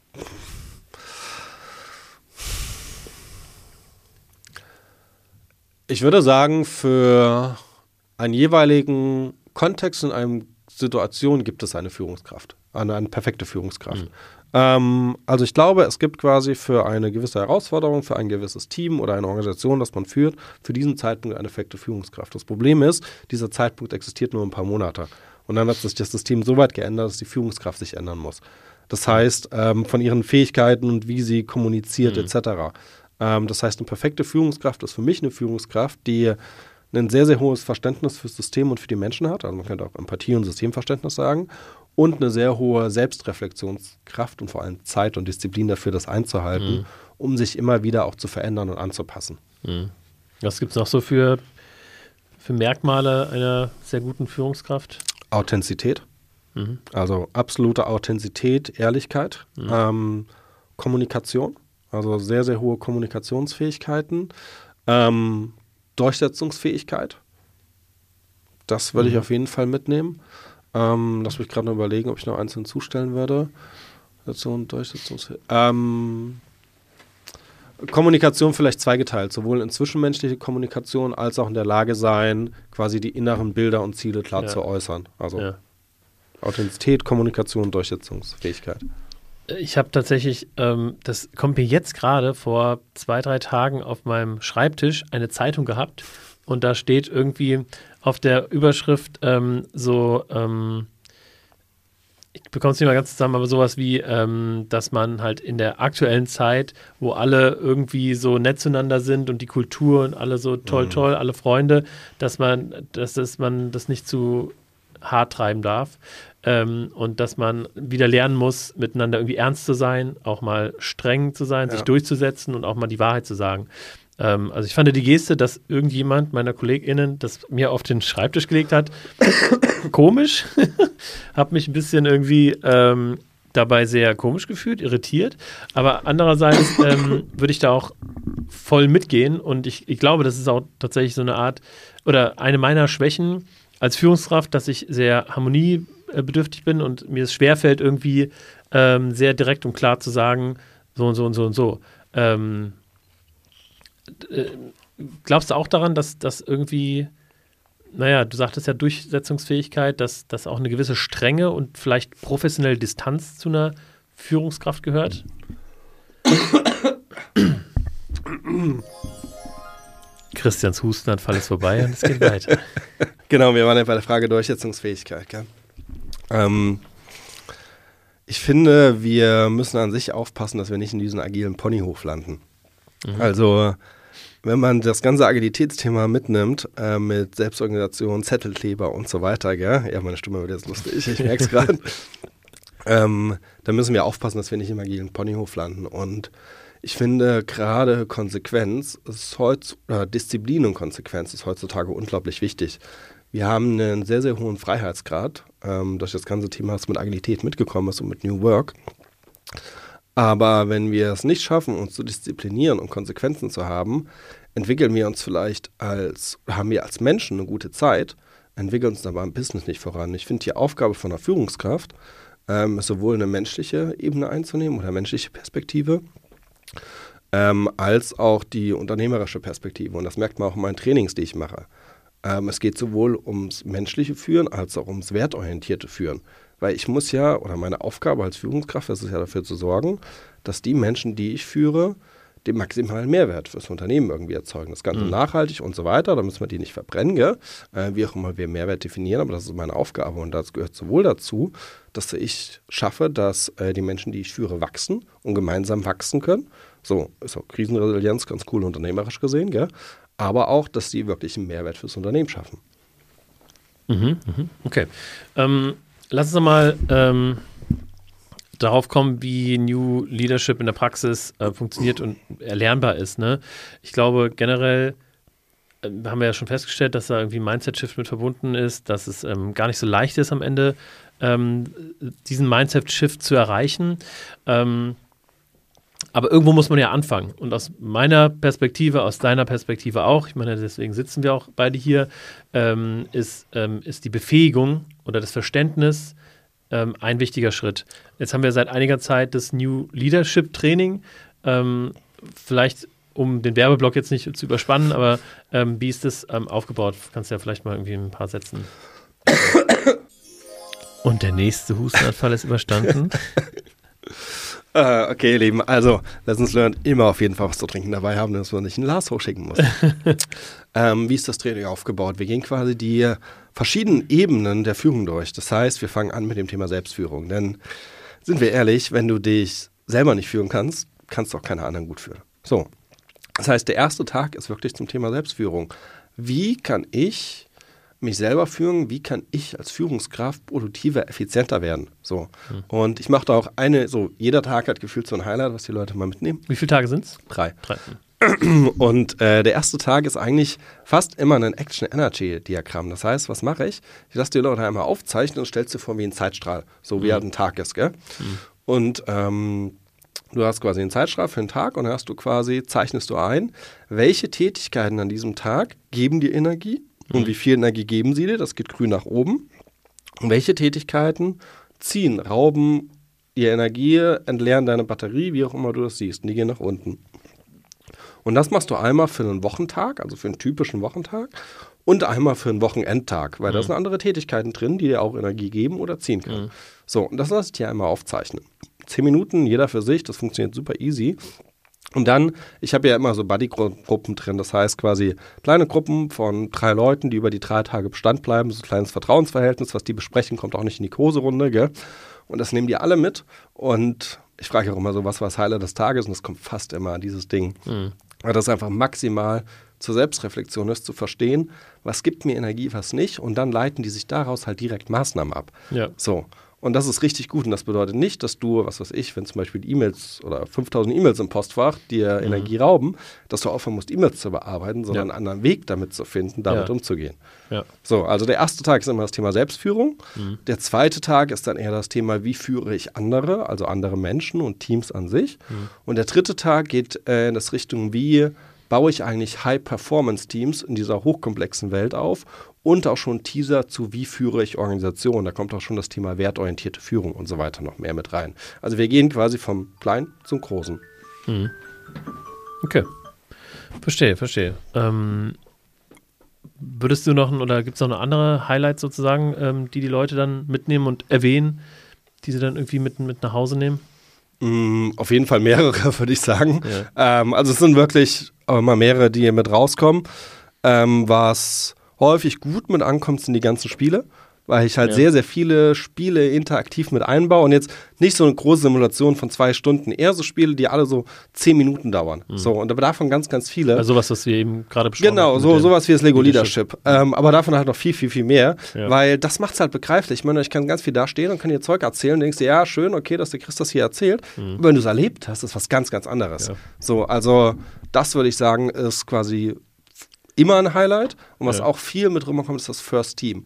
Ich würde sagen, für einen jeweiligen Kontext in einer Situation gibt es eine Führungskraft, eine, eine perfekte Führungskraft. Mhm. Ähm, also ich glaube, es gibt quasi für eine gewisse Herausforderung, für ein gewisses Team oder eine Organisation, das man führt, für diesen Zeitpunkt eine perfekte Führungskraft. Das Problem ist, dieser Zeitpunkt existiert nur ein paar Monate. Und dann hat sich das System so weit geändert, dass die Führungskraft sich ändern muss. Das heißt, ähm, von ihren Fähigkeiten und wie sie kommuniziert mhm. et cetera. Ähm, das heißt, eine perfekte Führungskraft ist für mich eine Führungskraft, die ein sehr, sehr hohes Verständnis fürs System und für die Menschen hat. Also man könnte auch Empathie und Systemverständnis sagen. Und eine sehr hohe Selbstreflexionskraft und vor allem Zeit und Disziplin dafür, das einzuhalten, mhm. um sich immer wieder auch zu verändern und anzupassen. Mhm. Was gibt es noch so für, für Merkmale einer sehr guten Führungskraft? Authentizität. Mhm. Also absolute Authentizität, Ehrlichkeit, mhm. ähm, Kommunikation, also sehr, sehr hohe Kommunikationsfähigkeiten, ähm, Durchsetzungsfähigkeit. Das würde mhm. ich auf jeden Fall mitnehmen. Ähm, lass mich gerade noch überlegen, ob ich noch eins hinzustellen würde. So ein Durchsetzungsfähigkeit. Ähm, Kommunikation vielleicht zweigeteilt, sowohl in zwischenmenschliche Kommunikation als auch in der Lage sein, quasi die inneren Bilder und Ziele klar ja. zu äußern. Also ja. Authentizität, Kommunikation, Durchsetzungsfähigkeit. Ich habe tatsächlich, ähm, das kommt mir jetzt gerade vor zwei, drei Tagen auf meinem Schreibtisch eine Zeitung gehabt und da steht irgendwie auf der Überschrift ähm, so, ähm, ich bekomme es nicht mal ganz zusammen, aber sowas wie, ähm, dass man halt in der aktuellen Zeit, wo alle irgendwie so nett zueinander sind und die Kultur und alle so toll, mhm. toll, alle Freunde, dass man, dass das, man das nicht zu hart treiben darf. Ähm, und dass man wieder lernen muss, miteinander irgendwie ernst zu sein, auch mal streng zu sein, ja. sich durchzusetzen und auch mal die Wahrheit zu sagen. Ähm, also ich fand die Geste, dass irgendjemand meiner KollegInnen das mir auf den Schreibtisch gelegt hat, komisch. Hab mich ein bisschen irgendwie ähm, dabei sehr komisch gefühlt, irritiert. Aber andererseits ähm, würde ich da auch voll mitgehen und ich, ich glaube, das ist auch tatsächlich so eine Art oder eine meiner Schwächen als Führungskraft, dass ich sehr harmoniebedürftig bin und mir es schwerfällt, irgendwie ähm, sehr direkt und klar zu sagen, so und so und so und so. Ähm, äh, glaubst du auch daran, dass das irgendwie, naja, du sagtest ja Durchsetzungsfähigkeit, dass, dass auch eine gewisse Strenge und vielleicht professionelle Distanz zu einer Führungskraft gehört. Christians Hustenanfall ist vorbei und es geht weiter. Genau, wir waren ja bei der Frage Durchsetzungsfähigkeit. Gell? Ähm, ich finde, wir müssen an sich aufpassen, dass wir nicht in diesen agilen Ponyhof landen. Mhm. Also, wenn man das ganze Agilitätsthema mitnimmt, äh, mit Selbstorganisation, Zettelkleber und so weiter, gell? Ja, meine Stimme wird jetzt lustig, ich merke es gerade. ähm, dann müssen wir aufpassen, dass wir nicht im agilen Ponyhof landen. Und ich finde, gerade Konsequenz ist heutz, oder Disziplin und Konsequenz ist heutzutage unglaublich wichtig. Wir haben einen sehr, sehr hohen Freiheitsgrad, ähm, durch das ganze Thema, was mit Agilität mitgekommen ist und mit New Work. Aber wenn wir es nicht schaffen, uns zu disziplinieren und Konsequenzen zu haben, entwickeln wir uns vielleicht als, haben wir als Menschen eine gute Zeit, entwickeln uns aber im Business nicht voran. Ich finde, die Aufgabe von einer Führungskraft ähm, ist sowohl eine menschliche Ebene einzunehmen oder menschliche Perspektive, ähm, als auch die unternehmerische Perspektive. Und das merkt man auch in meinen Trainings, die ich mache. Ähm, es geht sowohl ums menschliche Führen als auch ums wertorientierte Führen. Weil ich muss ja, oder meine Aufgabe als Führungskraft ist es ja dafür zu sorgen, dass die Menschen, die ich führe, den maximalen Mehrwert fürs Unternehmen irgendwie erzeugen. Das Ganze mhm. nachhaltig und so weiter, da müssen wir die nicht verbrennen, gell? Äh, wie auch immer wir Mehrwert definieren, aber das ist meine Aufgabe und das gehört sowohl dazu, dass ich schaffe, dass äh, die Menschen, die ich führe, wachsen und gemeinsam wachsen können. So, ist auch Krisenresilienz ganz cool unternehmerisch gesehen, gell? Aber auch, dass sie wirklich einen Mehrwert fürs Unternehmen schaffen. Mhm, mhm. Okay. Ähm, lass uns nochmal ähm, darauf kommen, wie New Leadership in der Praxis äh, funktioniert und erlernbar ist. Ne? Ich glaube, generell äh, haben wir ja schon festgestellt, dass da irgendwie ein Mindset-Shift mit verbunden ist, dass es ähm, gar nicht so leicht ist am Ende, ähm, diesen Mindset-Shift zu erreichen. Ähm, Aber irgendwo muss man ja anfangen. Und aus meiner Perspektive, aus deiner Perspektive auch, ich meine, deswegen sitzen wir auch beide hier, ähm, ist, ähm, ist die Befähigung oder das Verständnis ähm, ein wichtiger Schritt. Jetzt haben wir seit einiger Zeit das New Leadership Training. Ähm, vielleicht, um den Werbeblock jetzt nicht zu überspannen, aber ähm, wie ist das ähm, aufgebaut? Kannst du ja vielleicht mal irgendwie ein paar Sätzen. Und der nächste Hustenanfall ist überstanden. Uh, okay, ihr Lieben, also Lessons Learned, immer auf jeden Fall was zu trinken dabei haben, dass man nicht ein Glas hochschicken muss. ähm, wie ist das Training aufgebaut? Wir gehen quasi die verschiedenen Ebenen der Führung durch. Das heißt, wir fangen an mit dem Thema Selbstführung. Denn, sind wir ehrlich, wenn du dich selber nicht führen kannst, kannst du auch keine anderen gut führen. So, das heißt, der erste Tag ist wirklich zum Thema Selbstführung. Wie kann ich mich selber führen, wie kann ich als Führungskraft produktiver, effizienter werden. So. Hm. Und ich mache da auch eine, so jeder Tag hat gefühlt so ein Highlight, was die Leute mal mitnehmen. Wie viele Tage sind es? Drei. Drei. Und äh, der erste Tag ist eigentlich fast immer ein Action-Energy-Diagramm. Das heißt, was mache ich? Ich lasse die Leute einmal aufzeichnen und stellst dir vor wie ein Zeitstrahl, so wie hm. halt ein Tag ist. Gell? Hm. Und ähm, du hast quasi einen Zeitstrahl für einen Tag und dann hast du quasi, zeichnest du ein, welche Tätigkeiten an diesem Tag geben dir Energie. Und wie viel Energie geben sie dir? Das geht grün nach oben. Und welche Tätigkeiten ziehen, rauben ihr Energie, entleeren deine Batterie, wie auch immer du das siehst. Und die gehen nach unten. Und das machst du einmal für einen Wochentag, also für einen typischen Wochentag, und einmal für einen Wochenendtag, weil mhm. da sind andere Tätigkeiten drin, die dir auch Energie geben oder ziehen können. Mhm. So, und das lasse ich dir einmal aufzeichnen. Zehn Minuten, jeder für sich, das funktioniert super easy. Und dann, ich habe ja immer so Buddy-Gruppen drin, das heißt quasi kleine Gruppen von drei Leuten, die über die drei Tage Bestand bleiben, so ein kleines Vertrauensverhältnis, was die besprechen, kommt auch nicht in die Koserunde, gell? Und das nehmen die alle mit und ich frage auch immer so, was war das Highlight des Tages und es kommt fast immer an dieses Ding. Mhm. Weil das einfach maximal zur Selbstreflexion ist, zu verstehen, was gibt mir Energie, was nicht und dann leiten die sich daraus halt direkt Maßnahmen ab. Ja. So. Und das ist richtig gut und das bedeutet nicht, dass du, was weiß ich, wenn zum Beispiel E-Mails oder fünftausend E-Mails im Postfach dir mhm. Energie rauben, dass du aufhören musst, E-Mails zu bearbeiten, sondern ja. einen anderen Weg damit zu finden, damit ja. umzugehen. Ja. So, also der erste Tag ist immer das Thema Selbstführung. Mhm. Der zweite Tag ist dann eher das Thema, wie führe ich andere, also andere Menschen und Teams an sich. Mhm. Und der dritte Tag geht äh, in das Richtung, wie baue ich eigentlich High-Performance-Teams in dieser hochkomplexen Welt auf und auch schon Teaser zu, wie führe ich Organisationen. Da kommt auch schon das Thema wertorientierte Führung und so weiter noch mehr mit rein. Also wir gehen quasi vom Kleinen zum Großen. Mhm. Okay. Verstehe, verstehe. Ähm, würdest du noch, oder gibt es noch eine andere Highlight sozusagen, ähm, die die Leute dann mitnehmen und erwähnen, die sie dann irgendwie mit, mit nach Hause nehmen? Mm, auf jeden Fall mehrere, würde ich sagen. Ja. Ähm, also es sind wirklich aber mal mehrere, die hier mit rauskommen. Ähm, was häufig gut mit ankommt, sind die ganzen Spiele, weil ich halt Ja. sehr, sehr viele Spiele interaktiv mit einbaue und jetzt nicht so eine große Simulation von zwei Stunden, eher so Spiele, die alle so zehn Minuten dauern. Mhm. So, und davon ganz, ganz viele. Also sowas, was wir eben gerade besprochen Genau, hatten so, mit sowas wie das Lego Leadership. Leadership. Ähm, aber davon halt noch viel, viel, viel mehr, Ja. weil das macht es halt begreiflich. Ich meine, ich kann ganz viel da stehen und kann dir Zeug erzählen. Du denkst dir, ja, schön, okay, dass der Chris das hier erzählt. Mhm. Wenn du es erlebt hast, ist was ganz, ganz anderes. Ja. So, also das würde ich sagen, ist quasi immer ein Highlight. Und was ja. auch viel mit rüberkommt, ist das First Team.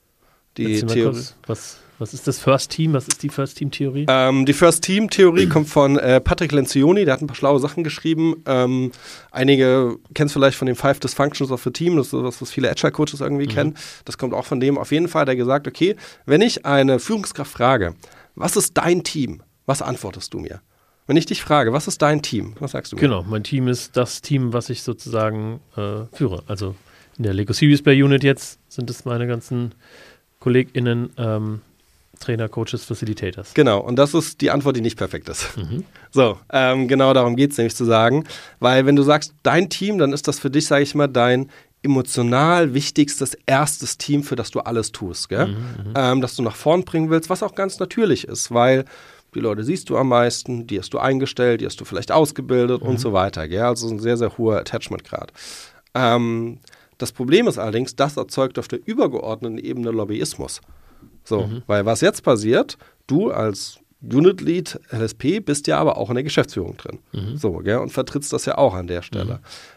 Die Theorie. Kurz, was, was ist das First Team? Was ist die First Team Theorie? Ähm, die First Team Theorie kommt von äh, Patrick Lencioni, der hat ein paar schlaue Sachen geschrieben. Ähm, einige kennen es vielleicht von den Five Dysfunctions of the Team, das ist das, was viele Agile Coaches irgendwie mhm. kennen. Das kommt auch von dem. Auf jeden Fall hat er gesagt, okay, wenn ich eine Führungskraft frage, was ist dein Team? Was antwortest du mir? Wenn ich dich frage, was ist dein Team? Was sagst du mir? Genau, mein Team ist das Team, was ich sozusagen äh, führe. Also in der Lego Serious Play Unit jetzt sind es meine ganzen KollegInnen, ähm, Trainer, Coaches, Facilitators. Genau, und das ist die Antwort, die nicht perfekt ist. Mhm. So, ähm, genau darum geht es nämlich zu sagen, weil wenn du sagst, dein Team, dann ist das für dich, sage ich mal, dein emotional wichtigstes erstes Team, für das du alles tust, gell? Mhm, ähm, das du nach vorn bringen willst, was auch ganz natürlich ist, weil die Leute siehst du am meisten, die hast du eingestellt, die hast du vielleicht ausgebildet mhm. und so weiter, gell? Also ein sehr, sehr hoher Attachment-Grad. Ähm, das Problem ist allerdings, das erzeugt auf der übergeordneten Ebene Lobbyismus. So, mhm. weil was jetzt passiert, du als Unit Lead L S P bist ja aber auch in der Geschäftsführung drin. Mhm. So, gell? Und vertrittst das ja auch an der Stelle. Mhm.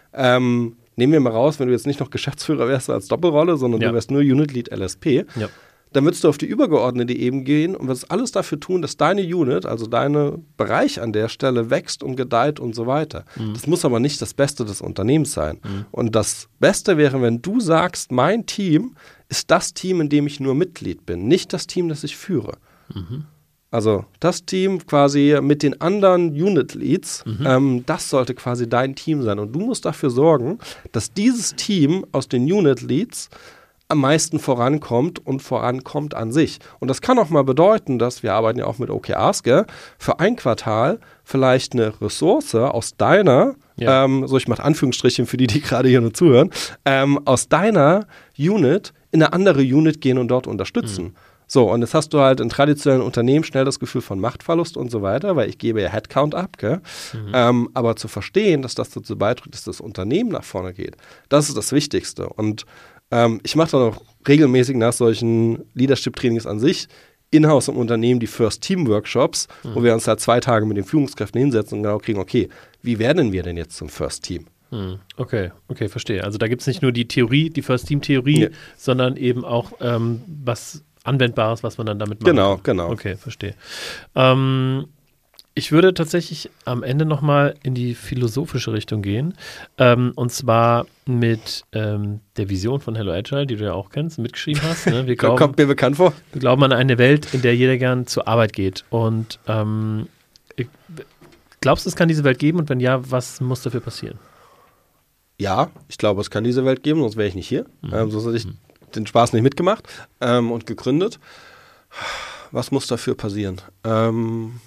Ähm, nehmen wir mal raus, wenn du jetzt nicht noch Geschäftsführer wärst als Doppelrolle, sondern ja. du wärst nur Unit Lead L S P, ja. dann würdest du auf die übergeordnete Ebene gehen und würdest alles dafür tun, dass deine Unit, also dein Bereich an der Stelle wächst und gedeiht und so weiter. Mhm. Das muss aber nicht das Beste des Unternehmens sein. Mhm. Und das Beste wäre, wenn du sagst, mein Team ist das Team, in dem ich nur Mitglied bin, nicht das Team, das ich führe. Mhm. Also das Team quasi mit den anderen Unit-Leads, mhm. ähm, das sollte quasi dein Team sein. Und du musst dafür sorgen, dass dieses Team aus den Unit-Leads am meisten vorankommt und vorankommt an sich. Und das kann auch mal bedeuten, dass wir arbeiten ja auch mit O K Rs, gell, für ein Quartal vielleicht eine Ressource aus deiner, ja. ähm, so ich mache Anführungsstrichen für die, die gerade hier nur zuhören, ähm, aus deiner Unit in eine andere Unit gehen und dort unterstützen. Mhm. So, und jetzt hast du halt in traditionellen Unternehmen schnell das Gefühl von Machtverlust und so weiter, weil ich gebe ja Headcount ab, gell? Mhm. Ähm, aber zu verstehen, dass das dazu beiträgt, dass das Unternehmen nach vorne geht, das ist das Wichtigste. Und ähm, ich mache dann auch regelmäßig nach solchen Leadership-Trainings an sich in-house im Unternehmen die First-Team-Workshops, mhm. wo wir uns halt zwei Tage mit den Führungskräften hinsetzen und genau kriegen, okay, wie werden wir denn jetzt zum First-Team? Okay, okay, verstehe. Also da gibt es nicht nur die Theorie, die First-Team-Theorie, ja. sondern eben auch ähm, was Anwendbares, was man dann damit macht. Genau, genau. Okay, verstehe. Ähm, ich würde tatsächlich am Ende nochmal in die philosophische Richtung gehen. Ähm, und zwar mit ähm, der Vision von Hello Agile, die du ja auch kennst, mitgeschrieben hast. Ne? Wir glauben, Kommt mir bekannt vor. Wir glauben an eine Welt, in der jeder gern zur Arbeit geht. Und ähm, glaubst du, es kann diese Welt geben? Und wenn ja, was muss dafür passieren? Ja, ich glaube, es kann diese Welt geben, sonst wäre ich nicht hier. Mhm. Ähm, sonst hätte ich mhm. den Spaß nicht mitgemacht ähm, und gegründet. Was muss dafür passieren? Ähm,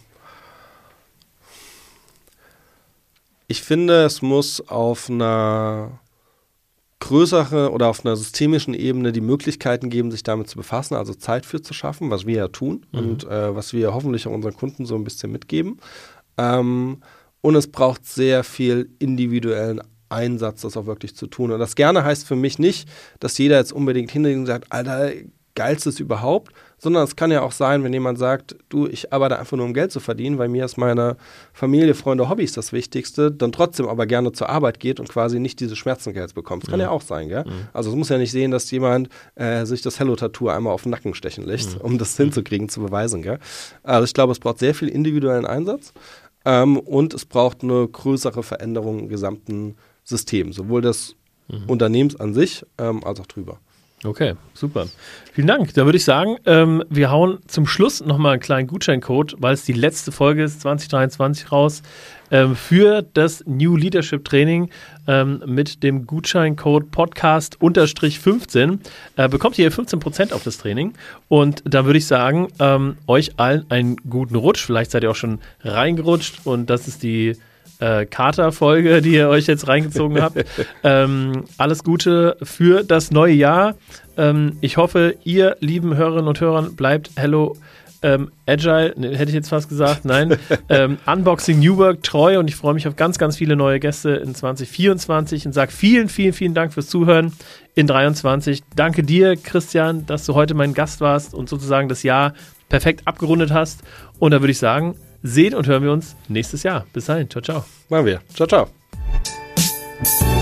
ich finde, es muss auf einer größeren oder auf einer systemischen Ebene die Möglichkeiten geben, sich damit zu befassen, also Zeit für zu schaffen, was wir ja tun mhm. und äh, was wir hoffentlich auch unseren Kunden so ein bisschen mitgeben. Ähm, und es braucht sehr viel individuellen Einsatz, das auch wirklich zu tun. Und das gerne heißt für mich nicht, dass jeder jetzt unbedingt hingeht und sagt, Alter, geilstes überhaupt, sondern es kann ja auch sein, wenn jemand sagt, du, ich arbeite einfach nur, um Geld zu verdienen, weil mir ist meine Familie, Freunde, Hobbys das Wichtigste, dann trotzdem aber gerne zur Arbeit geht und quasi nicht diese Schmerzengeld bekommt. Das mhm. kann ja auch sein, gell? Mhm. Also es muss ja nicht sehen, dass jemand äh, sich das Hello-Tattoo einmal auf den Nacken stechen lässt, mhm. um das hinzukriegen, zu beweisen, gell? Also ich glaube, es braucht sehr viel individuellen Einsatz ähm, und es braucht eine größere Veränderung im gesamten System, sowohl des mhm. Unternehmens an sich ähm, als auch drüber. Okay, super. Vielen Dank. Da würde ich sagen, ähm, wir hauen zum Schluss nochmal einen kleinen Gutscheincode, weil es die letzte Folge ist, zwanzig dreiundzwanzig raus, ähm, für das New Leadership Training ähm, mit dem Gutscheincode Podcast fünfzehn. Äh, bekommt ihr fünfzehn Prozent auf das Training. Und da würde ich sagen, ähm, euch allen einen guten Rutsch. Vielleicht seid ihr auch schon reingerutscht und das ist die Äh, Kater-Folge, die ihr euch jetzt reingezogen habt. ähm, alles Gute für das neue Jahr. Ähm, ich hoffe, ihr lieben Hörerinnen und Hörern bleibt Hello ähm, Agile, ne, hätte ich jetzt fast gesagt, nein, ähm, Unboxing New Work treu und ich freue mich auf ganz, ganz viele neue Gäste in zwanzig vierundzwanzig und sage vielen, vielen, vielen Dank fürs Zuhören in dreiundzwanzig. Danke dir, Christian, dass du heute mein Gast warst und sozusagen das Jahr perfekt abgerundet hast. Und da würde ich sagen, sehen und hören wir uns nächstes Jahr. Bis dahin. Ciao, ciao. Machen wir. Ciao, ciao.